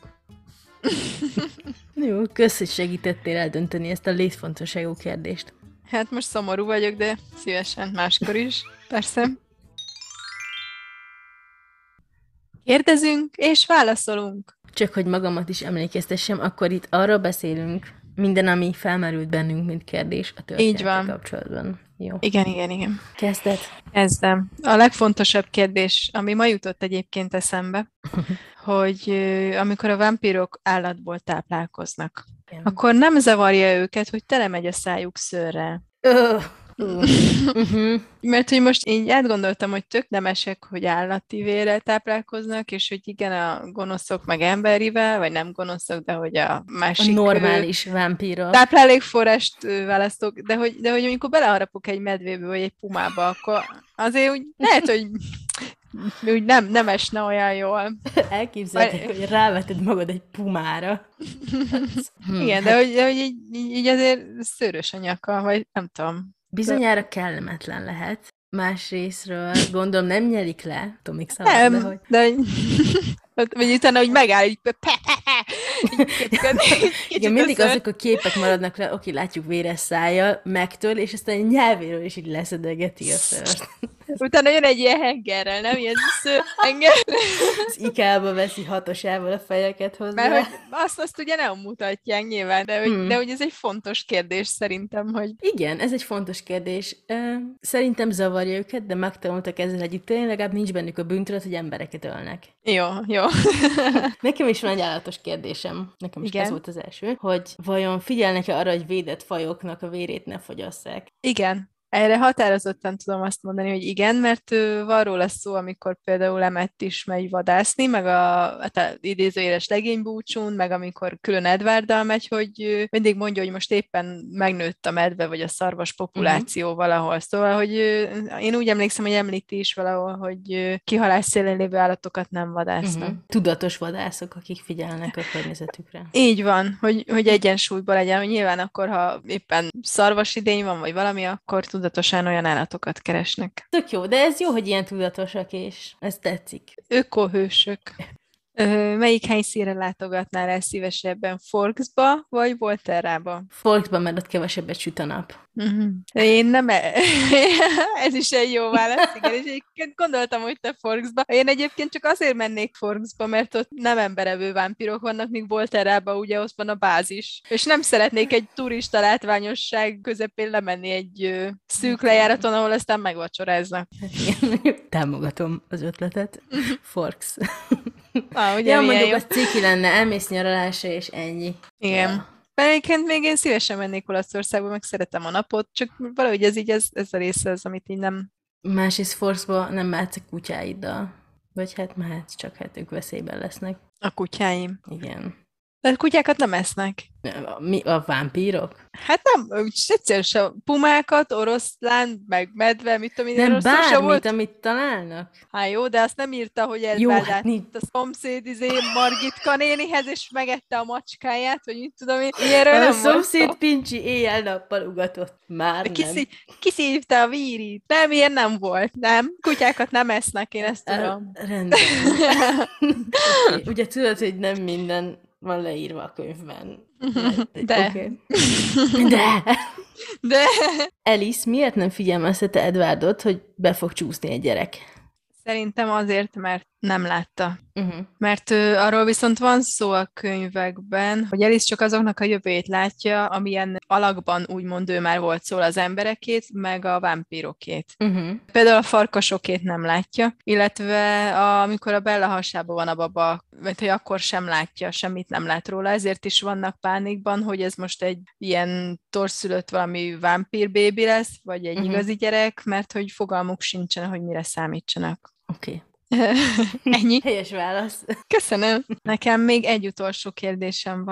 Jó, kösz, hogy segítettél eldönteni ezt a létfontosságú kérdést. Hát most szomorú vagyok, de szívesen máskor is, persze. Kérdezünk és válaszolunk. Csak hogy magamat is emlékeztessem, akkor itt arról beszélünk, minden, ami felmerült bennünk, mint kérdés a történettel kapcsolatban. Jó. Igen, igen, igen. Kezded? Kezdem. A legfontosabb kérdés, ami ma jutott egyébként eszembe, hogy amikor a vámpírok állatból táplálkoznak, igen. akkor nem zavarja őket, hogy tele megy a szájuk szőrrel. Uh. Uh-huh. Mert hogy most így átgondoltam, hogy tök nemesek, hogy állati vérrel táplálkoznak, és hogy igen, a gonoszok meg emberivel, vagy nem gonoszok, de hogy a másik... A normális vámpírral. Táplálékforrást választok, de hogy, de hogy amikor beleharapok egy medvébe, vagy egy pumába, akkor azért úgy lehet, hogy úgy nem, nem esne olyan jól. Elképzeltek, vagy... hogy ráveted magad egy pumára. hmm. Igen, de hogy, de hogy így, így azért szőrös a nyaka, vagy nem tudom. Bizonyára kellemetlen lehet. Másrésztről gondolom nem nyelik le Tomik szalad, nem, de hogy... de hogy... vagy utána, hogy megáll, így... Igen, mindig azok a képek maradnak le, oké, látjuk véres szájjal, megtől, és aztán egy nyelvéről is így leszedegeti a szört. Utána jön egy ilyen hengerrel, nem? Ilyen szőhenger. Az ikába veszi hatosával a fejeket hozzá. Mert hogy azt, azt ugye nem mutatják nyilván, de hogy, hmm. de hogy ez egy fontos kérdés szerintem, hogy... Igen, ez egy fontos kérdés. Szerintem zavarja őket, de megtanultak ezzel együtt élni, legalább nincs bennük a bűntudat, hogy embereket ölnek. Jó, jó. Nekem is van egy állatos kérdésem. Nekem is Igen. ez volt az első, hogy vajon figyelnek-e arra, hogy védett fajoknak a vérét ne fogyasszák? Igen. Erre határozottan tudom azt mondani, hogy igen, mert van róla szó, amikor például Emmett is megy vadászni, meg a, hát a idézőjeles legénybúcsún, meg amikor külön Edwarddal megy, hogy mindig mondja, hogy most éppen megnőtt a medve, vagy a szarvas populáció uh-huh. valahol. Szóval, hogy én úgy emlékszem, hogy említi is valahol, hogy kihalás szélén lévő állatokat nem vadásznak. Uh-huh. Tudatos vadászok, akik figyelnek a környezetükre. Így van, hogy, hogy egyensúlyban legyen, hogy nyilván akkor, ha éppen szarvas idény van, vagy valami, akkor tudatosan olyan állatokat keresnek. Tök jó, de ez jó, hogy ilyen tudatosak, és ez tetszik. Ökohősök. Ö, melyik helyszínre látogatnál el szívesebben? Forksba, vagy Volterrába? Forksba, mert ott kevesebbet süt a nap. Uh-huh. Én nem... E- ez is egy jó válasz, igen, és egyébként gondoltam, hogy te Forksba. Én egyébként csak azért mennék Forksba, mert ott nem emberevő vámpirok vannak, míg Volterrában ugye ott van a bázis. És nem szeretnék egy turista látványosság közepén lemenni egy ö, szűk lejáraton, ahol aztán megvacsoráznak. Támogatom az ötletet. Forks. Ah, ugye ja, mondjuk az ciki lenne, elmész nyaralásra, és ennyi. Igen. Ja. Egyébként még én szívesen mennék Olaszországba, meg szeretem a napot, csak valahogy ez így, ez, ez a része az, amit így nem... Másrészt Forksba nem mehetsz a kutyáiddal. Vagy hát mehetsz, csak hát ők veszélyben lesznek. A kutyáim. Igen. De a kutyákat nem esznek. Mi, a vámpírok? Hát nem, egyszerűen se pumákat, oroszlán, meg medve, mit tudom, nem bármit, volt. Amit találnak. Hát jó, de azt nem írta, hogy Edward hát a szomszéd izé Margitka nénihez, és megette a macskáját, vagy mit tudom én. Ilyenről a nem szomszéd volt. Pincsi éjjel-nappal ugatott. Már Kiszí- nem. Kiszívta a vírit. Nem, ilyen nem volt. Nem, kutyákat nem esznek, én ezt tudom. El, rendben. Okay. Ugye tudod, hogy nem minden van leírva a könyvben. De. Okay. De. De. Alice, miért nem figyelmeztette Edwardot, hogy be fog csúszni egy gyerek? Szerintem azért, mert nem látta. Uh-huh. Mert ö, arról viszont van szó a könyvekben, hogy Alice csak azoknak a jövőjét látja, amilyen alakban úgymond ő már volt szól az emberekét, meg a vámpírokét. Uh-huh. Például a farkasokét nem látja, illetve a, amikor a Bella hasában van a baba, mert hogy akkor sem látja, semmit nem lát róla, ezért is vannak pánikban, hogy ez most egy ilyen torszülött valami vámpír bébi lesz, vagy egy uh-huh. igazi gyerek, mert hogy fogalmuk sincsen, hogy mire számítsanak. Oké. Okay. Ennyi. Helyes válasz. Köszönöm. Nekem még egy utolsó kérdésem van.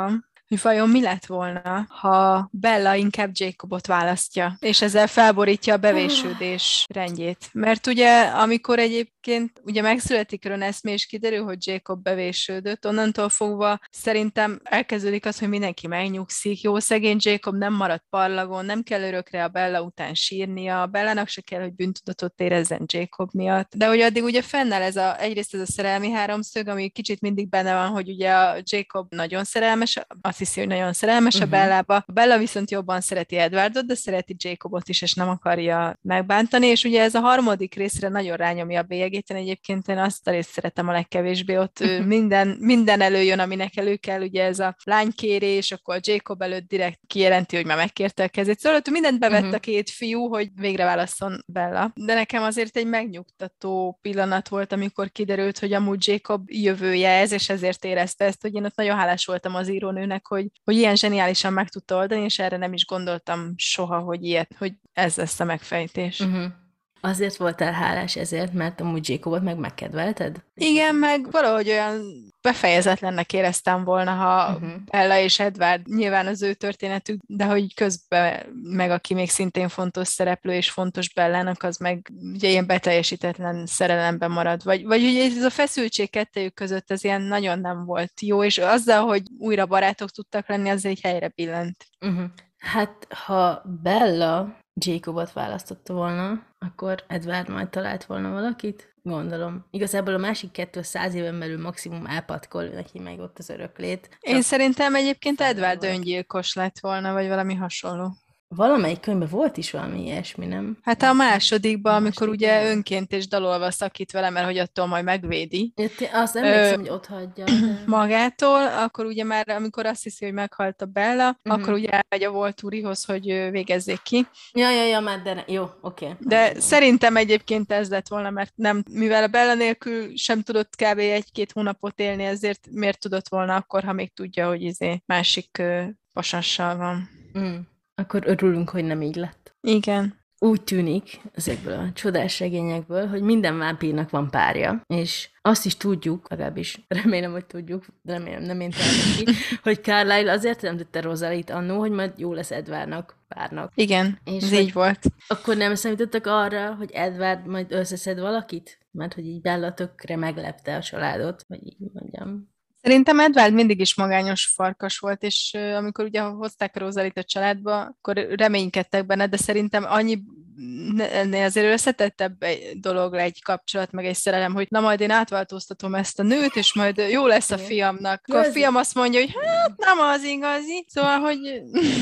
hogy vajon mi lett volna, ha Bella inkább Jacobot választja, és ezzel felborítja a bevésődés rendjét. Mert ugye, amikor egyébként ugye megszületik Ron eszmé, és kiderül, hogy Jacob bevésődött, onnantól fogva szerintem elkezdődik az, hogy mindenki megnyugszik. Jó, szegény Jacob nem marad parlagon, nem kell örökre a Bella után sírnia, a Bellának se kell, hogy bűntudatot érezzen Jacob miatt. De hogy addig ugye fennáll ez a, egyrészt ez a szerelmi háromszög, ami kicsit mindig benne van, hogy ugye a Jacob nagyon szerelmes, azt hiszi, hogy nagyon szerelmes uh-huh. a Bellába. A Bella viszont jobban szereti Edwardot, de szereti Jacobot is, és nem akarja megbántani, és ugye ez a harmadik részre nagyon rányomja a bélyegét. Én egyébként én azt a részt szeretem a legkevésbé, ott uh-huh. minden, minden előjön, aminek elő kell, ugye ez a lánykérés, akkor Jacob előtt direkt kijelenti, hogy már megkérte a kezét. Szóval ott mindent bevett uh-huh. a két fiú, hogy végre válasszon Bella. De nekem azért egy megnyugtató pillanat volt, amikor kiderült, hogy amúgy Jacob jövője ez, és ezért érezte ezt, hogy én ott nagyon hálás voltam az írónőnek, hogy, hogy ilyen zseniálisan meg tudta oldani, és erre nem is gondoltam soha, hogy ilyet, hogy ez lesz a megfejtés. Uh-huh. Azért voltál hálás ezért, mert amúgy Jacobot meg megkedvelted? Igen, meg valahogy olyan befejezetlennek éreztem volna, ha uh-huh. Bella és Edward nyilván az ő történetük, de hogy közben meg aki még szintén fontos szereplő és fontos Bellának, az meg ugye ilyen beteljesítetlen szerelemben marad. Vagy, vagy ugye ez a feszültség kettejük között ez ilyen nagyon nem volt jó, és azzal, hogy újra barátok tudtak lenni, az egy helyre billent. Uh-huh. Hát, ha Bella Jacobot választotta volna, akkor Edward majd talált volna valakit? Gondolom. Igazából a másik kettő száz éven belül maximum elpatkol, neki meg ott az öröklét. Én Csak szerintem egyébként Edward öngyilkos lett volna, vagy valami hasonló. Valamelyik könyvben volt is valami ilyesmi, nem? Hát a másodikban, a amikor másodikban. Ugye önként és dalolva szakít vele, mert hogy attól majd megvédi. Ja, azt emlékszem, hogy ott hagyja. De... magától, akkor ugye már, amikor azt hiszi, hogy meghalt a Bella, uh-huh. akkor ugye elmegy a Voltúrihoz, hogy végezzék ki. Ja, ja, ja, már de ne... jó, oké. Okay. De ah, szerintem egyébként ez lett volna, mert nem, mivel a Bella nélkül sem tudott kb. Egy-két hónapot élni, ezért miért tudott volna akkor, ha még tudja, hogy izé másik uh, pasassal van. Mm. Akkor örülünk, hogy nem így lett. Igen. Úgy tűnik ezekből a csodás regényekből, hogy minden vámpírnak van párja, és azt is tudjuk, legalábbis remélem, hogy tudjuk, de remélem nem én találom ki, hogy Carlyle azért nem tette Rosalie-t annó, hogy majd jó lesz Edwardnak párnak. Igen, és ez így volt. Akkor nem számítottak arra, hogy Edward majd összeszed valakit? Mert hogy így Bella tökre meglepte a családot, vagy így mondjam. Szerintem Edward mindig is magányos farkas volt, és uh, amikor ugye hozták Rosalie-t a családba, akkor reménykedtek benne, de szerintem annyi ennél azért összetettebb egy dolog le egy kapcsolat, meg egy szerelem, hogy na majd én átváltoztatom ezt a nőt, és majd jó lesz a fiamnak. Akkor a fiam azt mondja, hogy hát nem az igazi. Szóval, hogy...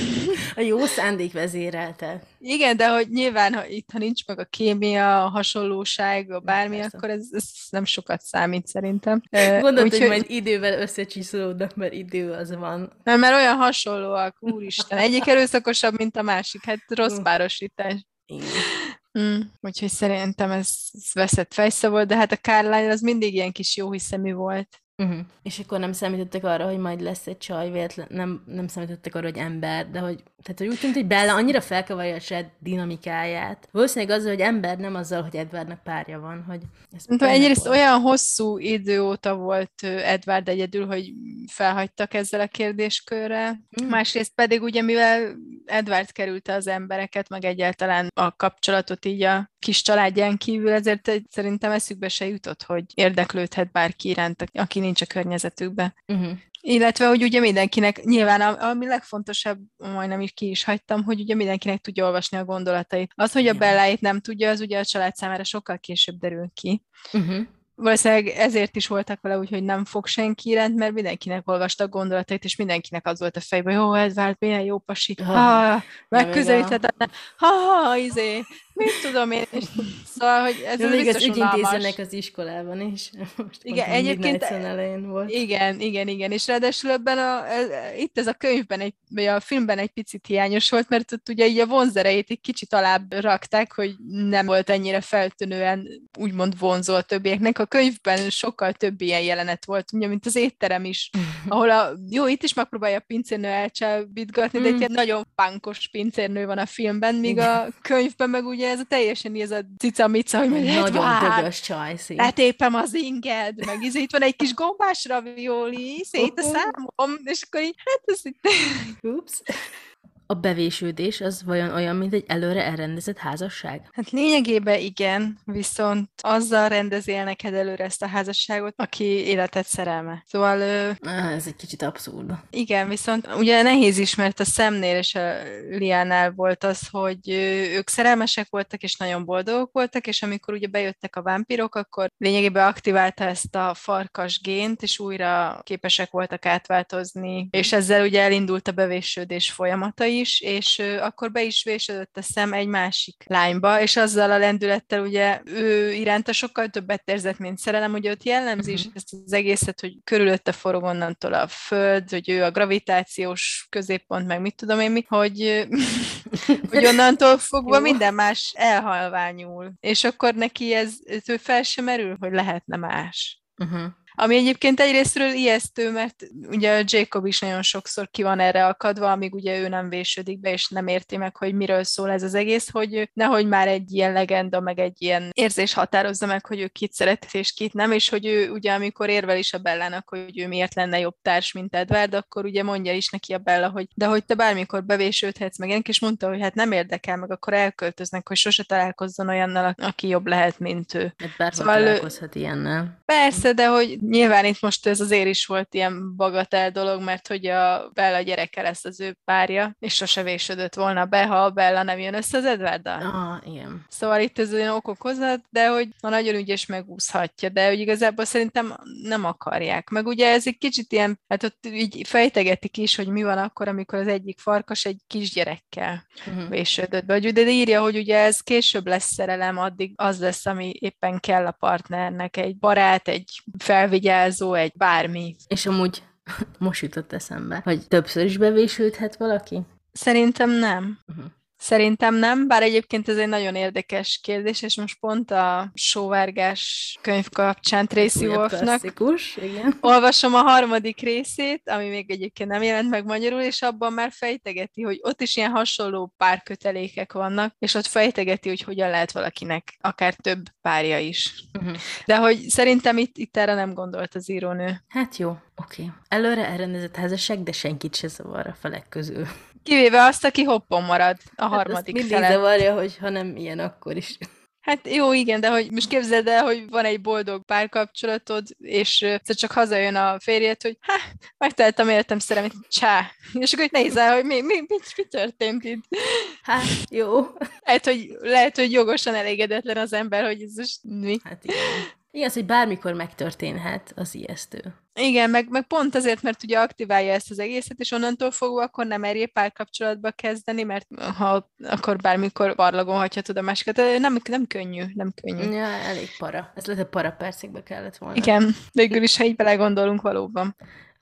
A jó szándék vezérelte. Igen, de hogy nyilván, ha itt ha nincs meg a kémia, a hasonlóság, a bármi, persze, akkor ez, ez nem sokat számít szerintem. Gondolod, Úgy, hogy majd idővel összecsiszolódnak, mert idő az van. Nem, mert olyan hasonlóak, úristen. Egyik erőszakosabb, mint a másik. Hát rossz párosítás. Mm, úgyhogy szerintem ez, ez veszett fejsze volt, de hát a Carlyle az mindig ilyen kis jóhiszemű volt. Uh-huh. És akkor nem számítottak arra, hogy majd lesz egy csaj, véletlen, nem, nem számítottak arra, hogy ember, de hogy, tehát, hogy úgy tűnt, hogy Bella annyira felkavarja a saját dinamikáját. Valószínűleg azzal, hogy ember, nem azzal, hogy Edwardnak párja van. Hogy egyrészt olyan hosszú idő óta volt Edward egyedül, hogy felhagytak ezzel a kérdéskörrel. Mm. Másrészt pedig ugye, mivel Edward kerülte az embereket, meg egyáltalán a kapcsolatot így a kis családján kívül, ezért szerintem eszükbe se jutott, hogy érdeklődhet bárki iránt, aki nincs a környezetükben. Uh-huh. Illetve, hogy ugye mindenkinek, nyilván ami legfontosabb, majdnem is ki is hagytam, hogy ugye mindenkinek tudja olvasni a gondolatait. Az, hogy a Belláit nem tudja, az ugye a család számára sokkal később derül ki. Uh-huh. Valószínűleg ezért is voltak vele úgy, hogy nem fog senki iránt, mert mindenkinek olvasta a gondolatait, és mindenkinek az volt a fejben, hogy jó, Edward, milyen jó pasi, ha, megközelíthetetlen, ha, ha, izé, mit tudom én, és szóval, hogy ez még az ügyintézőnek az iskolában is. Most igen, egyébként elején volt. Igen, igen, igen, és ráadásul ebben a, itt ez a könyvben, egy, vagy a filmben egy picit hiányos volt, mert ott ugye így a vonzerejét egy kicsit alább rakták, hogy nem volt ennyire feltűnően úgymond vonzó a többieknek. A könyvben sokkal több ilyen jelenet volt, ugye, mint az étterem is, ahol a, jó, itt is megpróbálja a pincérnő elcsábítgatni, de egy ilyen nagyon punkos pincérnő van a filmben, míg a könyvben meg ugye ugye ez a teljesen ez a cica-mica, hogy majd Nagyon Edward, dögös csajszi. letépem az inged, meg izé, itt van egy kis gombás ravioli, szét a számom, és akkor így, hát ez itt... Ups. A bevésődés az vajon olyan, mint egy előre elrendezett házasság? Hát lényegében igen, viszont azzal rendezi el neked előre ezt a házasságot, aki életed szerelme. Szóval... Ö, Ah, ez egy kicsit abszurd. igen, viszont ugye nehéz is, mert a Samnél és a Liánál volt az, hogy ö, ők szerelmesek voltak, és nagyon boldogok voltak, és amikor ugye bejöttek a vámpírok, akkor lényegében aktiválta ezt a farkas gént, és újra képesek voltak átváltozni, és ezzel ugye elindult a bevésődés folyamata is, és ö, akkor be is vésődött a Sam egy másik lányba, és azzal a lendülettel ugye ő iránta sokkal többet érzett, mint szerelem, ugye ott jellemzi is Uh-huh. ezt az egészet, hogy körülötte forog onnantól a föld, hogy ő a gravitációs középpont, meg mit tudom én mi, hogy, ö, hogy onnantól fogva Jó. minden más elhalványul, és akkor neki ez, ő fel sem merül, hogy lehetne más. Uh-huh. Ami egyébként egyrésztről ijesztő, mert ugye a Jacob is nagyon sokszor ki van erre akadva, amíg ugye ő nem vésődik be, és nem érti meg, hogy miről szól ez az egész, hogy nehogy már egy ilyen legenda, meg egy ilyen érzés határozza meg, hogy ő kit szeret, és kit nem, és hogy ő ugye amikor érvel is a Bellának, hogy ő miért lenne jobb társ, mint Edward, akkor ugye mondja is neki a Bella, hogy de hogy te bármikor bevésődhetsz meg ennek, és mondta, hogy hát nem érdekel, meg akkor elköltöznek, hogy sose találkozzon olyannal, aki jobb lehet, mint ő. Hát bárhol Szóval ő- találkozhat ilyennel. Persze, de hogy nyilván itt most ez azért is volt ilyen bagatel dolog, mert hogy a Bella gyereke lesz az ő párja, és sose vésődött volna be, ha a Bella nem jön össze az Edwarddal. Ah, igen. Szóval itt ez olyan okok hozat, de hogy a nagyon ügyes megúszhatja, de hogy igazából szerintem nem akarják. Meg ugye ez egy kicsit ilyen, hát ott így fejtegetik is, hogy mi van akkor, amikor az egyik farkas egy kisgyerekkel Uh-huh. vésődött be. De írja, hogy ugye ez később lesz szerelem, addig az lesz, ami éppen kell a partnernek. Egy barát, egy felvigyázó, egy bármi. És amúgy most jutott eszembe, hogy többször is bevésődhet valaki? Szerintem nem. Uh-huh. Szerintem nem, bár egyébként ez egy nagyon érdekes kérdés, és most pont a sóvárgás könyv kapcsán Tracy Újabb Wolfnak klasszikus, igen. olvasom a harmadik részét, ami még egyébként nem jelent meg magyarul, és abban már fejtegeti, hogy ott is ilyen hasonló párkötelékek vannak, és ott fejtegeti, hogy hogyan lehet valakinek akár több párja is. Uh-huh. De hogy szerintem itt, itt erre nem gondolt az írónő. Hát jó, oké. Okay. Előre elrendezett házasság, de senkit se zavar a felek közül. Kivéve azt, aki hoppon marad a Hát harmadik azt mindig felett. zavarja, hogy ha nem ilyen, akkor is. Hát jó, igen, de hogy most képzeld el, hogy van egy boldog párkapcsolatod, és uh, csak hazajön a férjed, hogy hát, megtaláltam életem szerelmét, csá. És akkor nézel, hogy mi, mi, mi, mi történt itt. Hát jó. Lehet, hogy, lehet, hogy jogosan elégedetlen az ember, hogy ez most mi. Hát igen. Igaz, hogy bármikor megtörténhet, az ijesztő. Igen, meg, meg pont azért, mert ugye aktiválja ezt az egészet, és onnantól fogva akkor nem merjél párkapcsolatba kezdeni, mert ha akkor bármikor barlagon hagyhatod a másikat. Nem, nem könnyű, nem könnyű. Ja, elég para. Ez lehet, hogy para percekbe kellett volna. Igen, végül is, ha így belegondolunk valóban.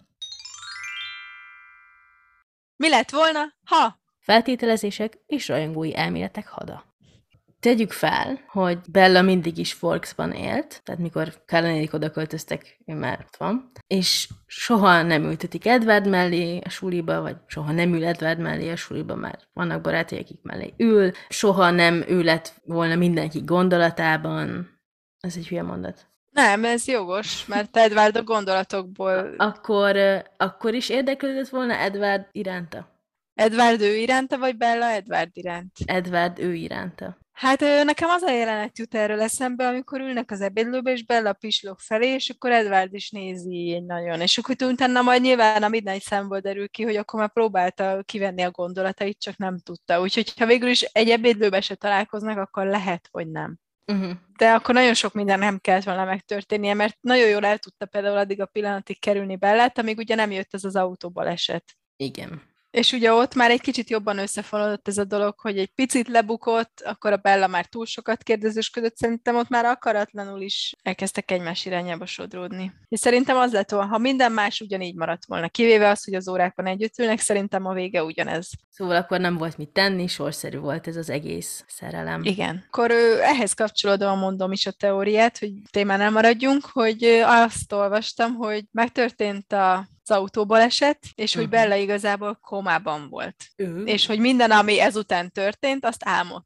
Mi lett volna, ha? Feltételezések és rajongói elméletek hada. Tegyük fel, hogy Bella mindig is Forksban élt, tehát mikor Cullinék oda költöztek, ő már ott van, és soha nem ültetik Edward mellé a suliba, vagy soha nem ül Edward mellé a suliba, már vannak barátai, akik mellé ül, soha nem ő lett volna mindenki gondolatában. Ez egy hülye mondat. Nem, ez jogos, mert Edward a gondolatokból... Akkor, akkor is érdeklődött volna Edward iránta? Edward ő iránta, vagy Bella Edward iránt? Edward ő iránta. Hát ö, nekem az a jelenet jut erről eszembe, amikor ülnek az ebédlőbe, és Bella pislog felé, és akkor Edward is nézi így nagyon. És akkor utána majd nyilván a Midnight Sunból derül ki, hogy akkor már próbálta kivenni a gondolatait, csak nem tudta. Úgyhogy ha végül is egy ebédlőbe se találkoznak, akkor lehet, hogy nem. Uh-huh. De akkor nagyon sok minden nem kellett volna megtörténnie, mert nagyon jól el tudta például addig a pillanatig kerülni Bellát, amíg ugye nem jött ez az autóbaleset. Igen. És ugye ott már egy kicsit jobban összefonódott ez a dolog, hogy egy picit lebukott, akkor a Bella már túl sokat kérdezősködött, szerintem ott már akaratlanul is elkezdtek egymás irányába sodródni. És szerintem az lett volna, ha minden más ugyanígy maradt volna, kivéve az, hogy az órákon együtt ülnek, szerintem a vége ugyanez. Szóval akkor nem volt mit tenni, sorszerű volt ez az egész szerelem. Igen. Akkor ő, ehhez kapcsolódóan mondom is a teóriát, hogy témánál maradjunk, hogy azt olvastam, hogy megtörtént a az autóbaleset, és hogy Uh-huh. Bella igazából kómában volt. Ő? És hogy minden, ami ezután történt, azt álmodta.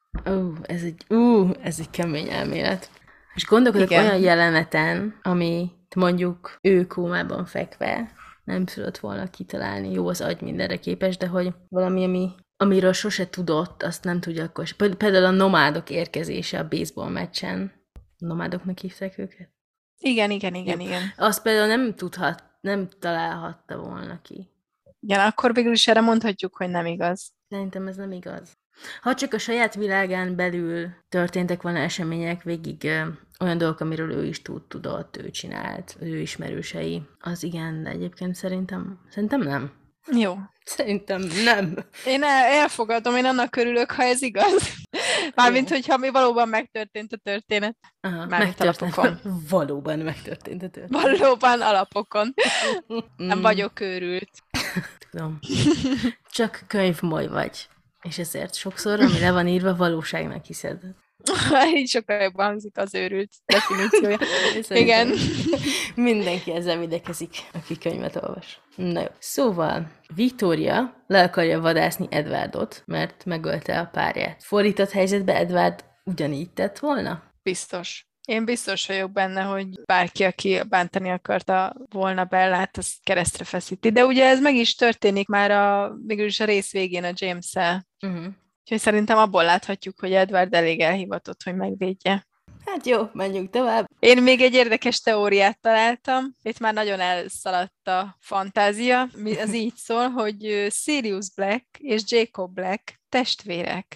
Ú, ez egy, ú, ez egy kemény elmélet. És gondolkodok Igen. olyan jeleneten, amit mondjuk ő kómában fekve nem tudott volna kitalálni. Jó, az agy mindenre képes, de hogy valami, ami, amiről sose tudott, azt nem tudja akkor. Péld- Például a nomádok érkezése a baseball meccsen. Nomádoknak hívták őket? Igen, igen, igen, Jó. igen. Azt például nem tudhat, nem találhatta volna ki. Igen, akkor végül is erre mondhatjuk, hogy nem igaz. Szerintem ez nem igaz. Ha csak a saját világán belül történtek volna események, végig ö, olyan dolgok, amiről ő is tud, tudott, ő csinált, ő ismerősei, az igen, de egyébként szerintem, szerintem nem. Jó. Szerintem nem. Én el, elfogadom, én annak örülök, ha ez igaz. Mármint, Jó. hogyha mi valóban megtörtént a történet. Aha, Mármint megtörtént. alapokon. Valóban megtörtént a történet. Valóban alapokon. Nem Mm, vagyok őrült. Tudom. Csak könyvmoly vagy. És ezért sokszor, ami le van írva, valóságnak hiszed. Így sokkal jobban hangzik az őrült definíciója. Szerintem Igen. Mindenki ezzel videkezik, aki könyvet olvas. Na jó. Szóval, Victoria le akarja vadászni Edwardot, mert megölte a párját. Fordított helyzetben Edward ugyanígy tett volna? Biztos. Én biztos vagyok benne, hogy bárki, aki bántani akarta volna Bellát, az keresztre feszíti. De ugye ez meg is történik már a, mégis a rész végén a James-szel. Uh-huh. Úgyhogy szerintem abból láthatjuk, hogy Edward elég elhivatott, hogy megvédje. Hát jó, menjünk tovább. Én még egy érdekes teóriát találtam. Itt már nagyon elszaladt a fantázia. Mi- Az így szól, hogy ö, Sirius Black és Jacob Black testvérek.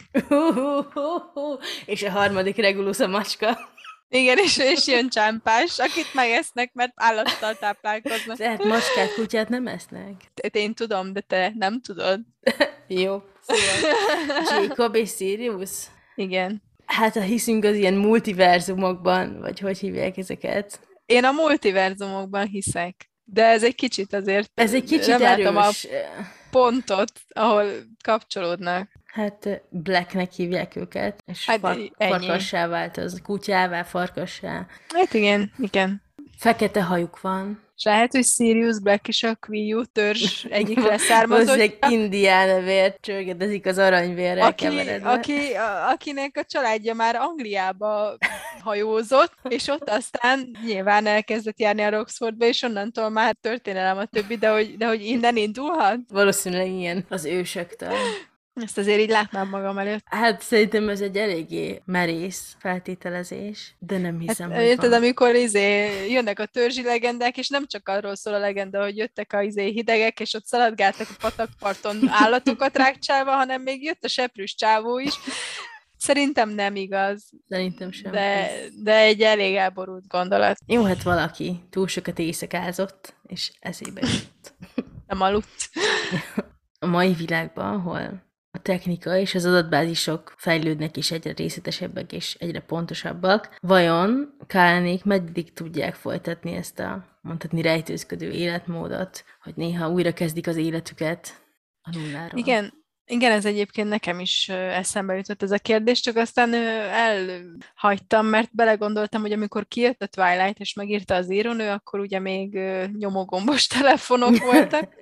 És a harmadik Regulus a macska. Igen, és, és jön Csámpás, akit megesznek, mert állattal táplálkoznak. Tehát macskát, kutyát nem esznek. Te- Én tudom, de te nem tudod. Jó. Szóval Jacob és Sirius? Igen. Hát ha hiszünk az ilyen multiverzumokban, vagy hogy hívják ezeket. Én a multiverzumokban hiszek, de ez egy kicsit azért Ez egy kicsit nem látom a erős. pontot, ahol kapcsolódnak. Hát Blacknek hívják őket, és Hát, far- ennyi. farkassá változ, kutyává, farkassá. Hát igen, igen. Fekete hajuk van. És lehet, hogy Sirius Black is a Quiu törzs egyik leszármazottja, Valószínűleg indián vért csörgedezik az aranyvérrel aki, keveredve. aki, a, akinek a családja már Angliába hajózott, és ott aztán nyilván elkezdett járni a Roxfordba, és onnantól már történelem a többi, de hogy, de hogy innen indulhat? Valószínűleg ilyen az ősöktől. Ezt azért így látnám magam előtt. Hát szerintem ez egy eléggé merész feltételezés, de nem hiszem, Hát, hogy érted, van. amikor izé, jönnek a törzsi legendák, és nem csak arról szól a legenda, hogy jöttek a izé, hidegek, és ott szaladgáltak a patakparton állatokat rákcsálva, hanem még jött a seprűs csávó is. Szerintem nem igaz, Szerintem sem. de, de egy elég elborult gondolat. Jó, hát valaki túl sokat éjszakázott, és eszébe jutott. Nem aludt. A mai világban, ahol a technika és az adatbázisok fejlődnek és egyre részletesebbek és egyre pontosabbak, vajon Kálnék meddig tudják folytatni ezt a mondhatni rejtőzködő életmódot, hogy néha újra kezdik az életüket a nulláról? Igen, igen, ez egyébként nekem is ö, eszembe jutott ez a kérdés, csak aztán ö, elhagytam, mert belegondoltam, hogy amikor kijött a Twilight, és megírta az írónő, akkor ugye még ö, nyomógombos telefonok voltak,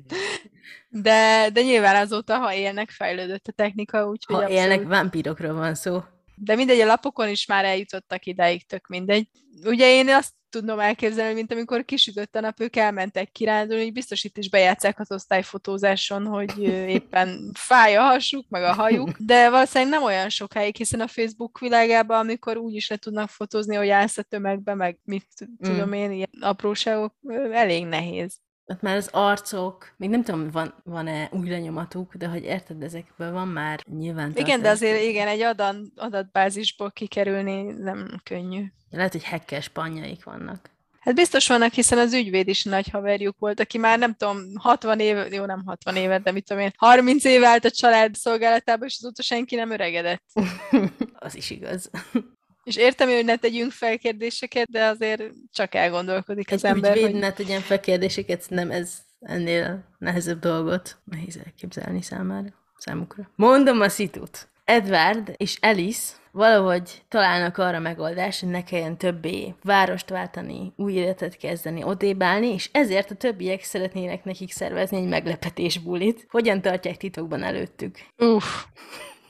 de, de nyilván azóta, ha élnek, fejlődött a technika, úgyhogy Ha abszolút. élnek, vámpírokról van szó. De mindegy, a lapokon is már eljutottak idáig, tök mindegy. Ugye én azt tudom elképzelni, mint amikor kisütött a nap, ők elmentek kirándulni, hogy biztos itt is bejátszák az osztályfotózáson, hogy ö, éppen fáj a hasuk, meg a hajuk, de valószínűleg nem olyan sokáig, hiszen a Facebook világában, amikor úgy is le tudnak fotózni, hogy állsz a tömegbe, meg mit tudom én, ilyen apróságok, ö, elég nehéz. Ott már az arcok, még nem tudom, van, van-e új lenyomatuk, de hogy érted, ezekből van már nyilván. Igen, de azért igen, egy adat, adatbázisból kikerülni nem könnyű. Lehet, hogy hacker spanjaik vannak. Hát biztos vannak, hiszen az ügyvéd is nagy haverjuk volt, aki már nem tudom, hatvan éve, jó nem hatvan évet, de mit tudom én, harminc éve állt a család szolgálatában, és azóta senki nem öregedett. Az is igaz. És értem, hogy ne tegyünk fel kérdéseket, de azért csak elgondolkodik az Egy ember, ügyvéd hogy... ne tegyen fel kérdéseket, nem ez ennél nehezebb dolgot. Nehéz elképzelni számára, számukra. Mondom a szitut. Edward és Alice valahogy találnak arra megoldást, hogy ne kelljen többé várost váltani, új életet kezdeni, odébálni, és ezért a többiek szeretnének nekik szervezni egy meglepetés bulit. Hogyan tartják titokban előttük? Uff.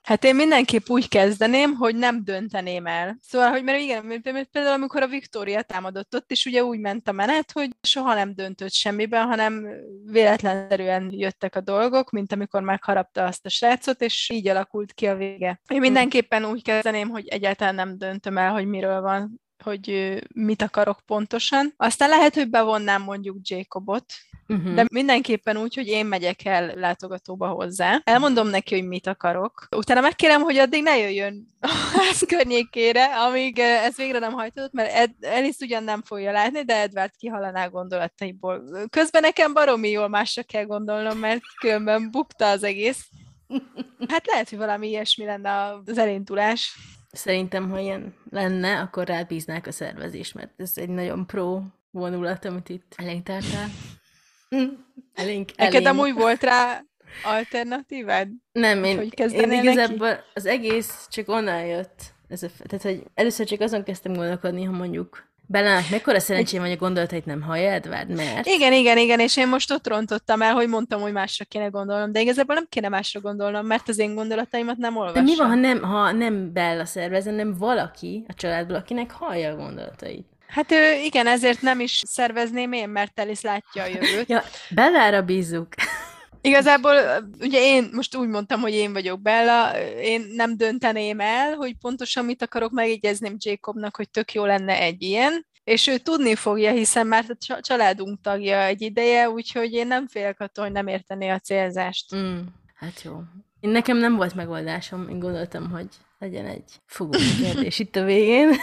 Hát én mindenképp úgy kezdeném, hogy nem dönteném el. Szóval, hogy mert igen, mert például amikor a Victoria támadott, ott is ugye úgy ment a menet, hogy soha nem döntött semmiben, hanem véletlenszerűen jöttek a dolgok, mint amikor megharapta azt a srácot, és így alakult ki a vége. Én mindenképpen úgy kezdeném, hogy egyáltalán nem döntöm el, hogy miről van, hogy mit akarok pontosan. Aztán lehet, hogy bevonnám mondjuk Jacobot, uh-huh. de mindenképpen úgy, hogy én megyek el látogatóba hozzá. Elmondom neki, hogy mit akarok. Utána megkérem, hogy addig ne jöjjön a ház környékére, amíg ez végre nem hajtott, mert Ed- Alice ugyan nem fogja látni, de Edward kihalaná gondolataiból. Közben nekem baromi jól másra kell gondolnom, mert különben bukta az egész. Hát lehet, hogy valami ilyesmi lenne az elindulás. Szerintem, ha ilyen lenne, akkor rád bíznák a szervezést, mert ez egy nagyon pro vonulat, amit itt elénk tártál. Elénk, Neked elénk. amúgy volt rá alternatívád? Nem, én, Hogy én igazából neki? Az egész csak onnan jött. Ez a, tehát, hogy először csak azon kezdtem gondolkodni, ha mondjuk Bellának mekkora szerencsém, hogy a gondolatait nem hallja Edward, mert... Igen, igen, igen, és én most ott rontottam el, hogy mondtam, hogy másra kéne gondolnom, de igazából nem kéne másra gondolnom, mert az én gondolataimat nem olvasom. De mi van, ha nem, ha nem Bella szervez, hanem valaki a családból, akinek hallja a gondolatait? Hát ő, igen, ezért nem is szervezném én, mert Alice látja a jövőt. Ja, Bellára bízzuk. Igazából, ugye én most úgy mondtam, hogy én vagyok Bella, én nem dönteném el, hogy pontosan mit akarok, megjegyezném Jacobnak, hogy tök jó lenne egy ilyen, és ő tudni fogja, hiszen már a családunk tagja egy ideje, úgyhogy én nem félek attól, hogy nem értené a célzást. Mm, hát jó. Én nekem nem volt megoldásom, én gondoltam, hogy legyen egy fogós kérdés itt a végén.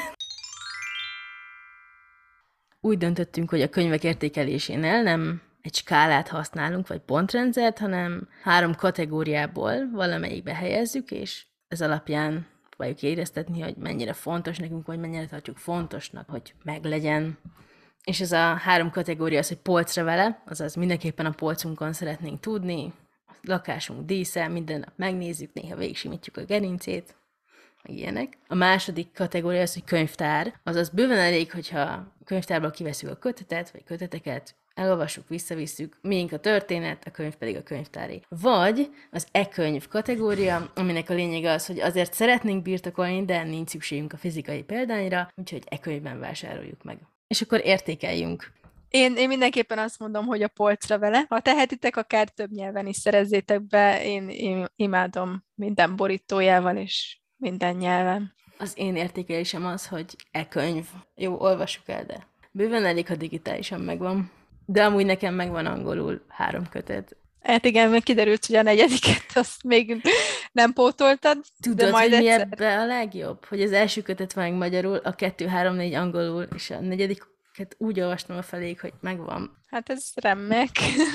Úgy döntöttünk, hogy a könyvek értékelésénél nem egy skálát használunk, vagy pontrendszert, hanem három kategóriából valamelyikbe helyezzük, és ez alapján próbáljuk éreztetni, hogy mennyire fontos nekünk, vagy mennyire tartjuk fontosnak, hogy meglegyen. És ez a három kategória az, hogy polcra vele, azaz mindenképpen a polcunkon szeretnénk tudni, a lakásunk dísze, minden nap megnézzük, néha végigsimítjuk a gerincét, meg ilyenek. A második kategória az, hogy könyvtár, azaz bőven elég, hogyha a könyvtárból kiveszünk a kötetet, vagy köteteket, elolvassuk, visszavisszük, miénk a történet, a könyv pedig a könyvtáré. Vagy az e-könyv kategória, aminek a lényege az, hogy azért szeretnénk birtokolni, de nincs szükségünk a fizikai példányra, úgyhogy e-könyvben vásároljuk meg. És akkor értékeljünk. Én, én mindenképpen azt mondom, hogy a polcra vele. Ha tehetitek, akár több nyelven is szerezzétek be, én, én imádom minden borítójával és minden nyelven. Az én értékelésem az, hogy e-könyv. Jó, olvassuk el, de bőven elég, ha digitálisan megvan. De amúgy nekem megvan angolul három kötet. Hát igen, meg kiderült, hogy a negyediket azt még nem pótoltad. Tudod, de majd hogy mi egyszer... ebbe a legjobb? Hogy az első kötet van magyarul, a kettő, három, négy angolul, és a negyediket úgy olvastam a feléig, hogy megvan. Hát ez remek.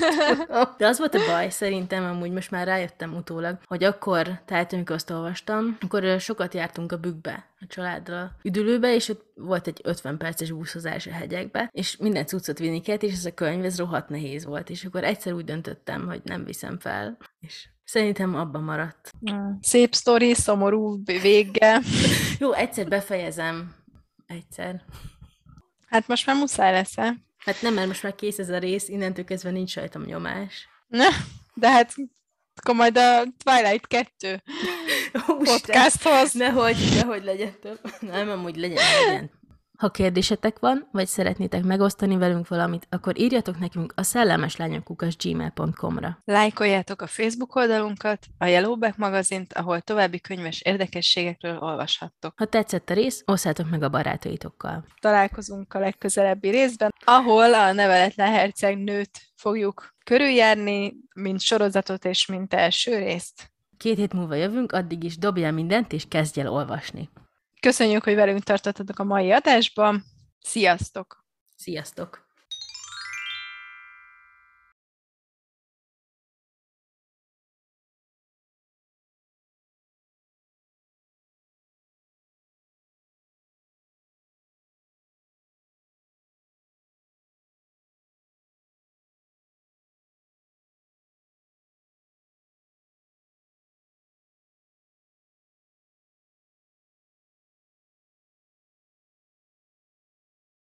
De az volt a baj, szerintem amúgy most már rájöttem utólag, hogy akkor, tehát amikor azt olvastam, akkor sokat jártunk a bükkbe, a családdal üdülőbe, és ott volt egy ötven perces buszozás a hegyekbe, és minden cuccot vinni kellett, és ez a könyv, ez rohadt nehéz volt, és akkor egyszer úgy döntöttem, hogy nem viszem fel, és szerintem abban maradt. Szép sztori, szomorú véggel. Jó, egyszer befejezem. Egyszer. Hát most már muszáj lesz-e? Hát nem, mert most már kész ez a rész, innentől kezdve nincs rajtam nyomás. Ne, de hát akkor majd a Twilight kettő podcasthoz. Nehogy, nehogy legyen több. Nem, amúgy legyen, legyen. Ha kérdésetek van, vagy szeretnétek megosztani velünk valamit, akkor írjatok nekünk a szellemeslányok kukac gmail pont com-ra. Lájkoljátok a Facebook oldalunkat, a Yellowback magazint, ahol további könyves érdekességekről olvashattok. Ha tetszett a rész, osszátok meg a barátaitokkal. Találkozunk a legközelebbi részben, ahol a neveletlen hercegnőt fogjuk körüljárni, mint sorozatot és mint első részt. Két hét múlva jövünk, addig is dobjál mindent, és kezdj el olvasni. Köszönjük, hogy velünk tartottatok a mai adásban. Sziasztok! Sziasztok!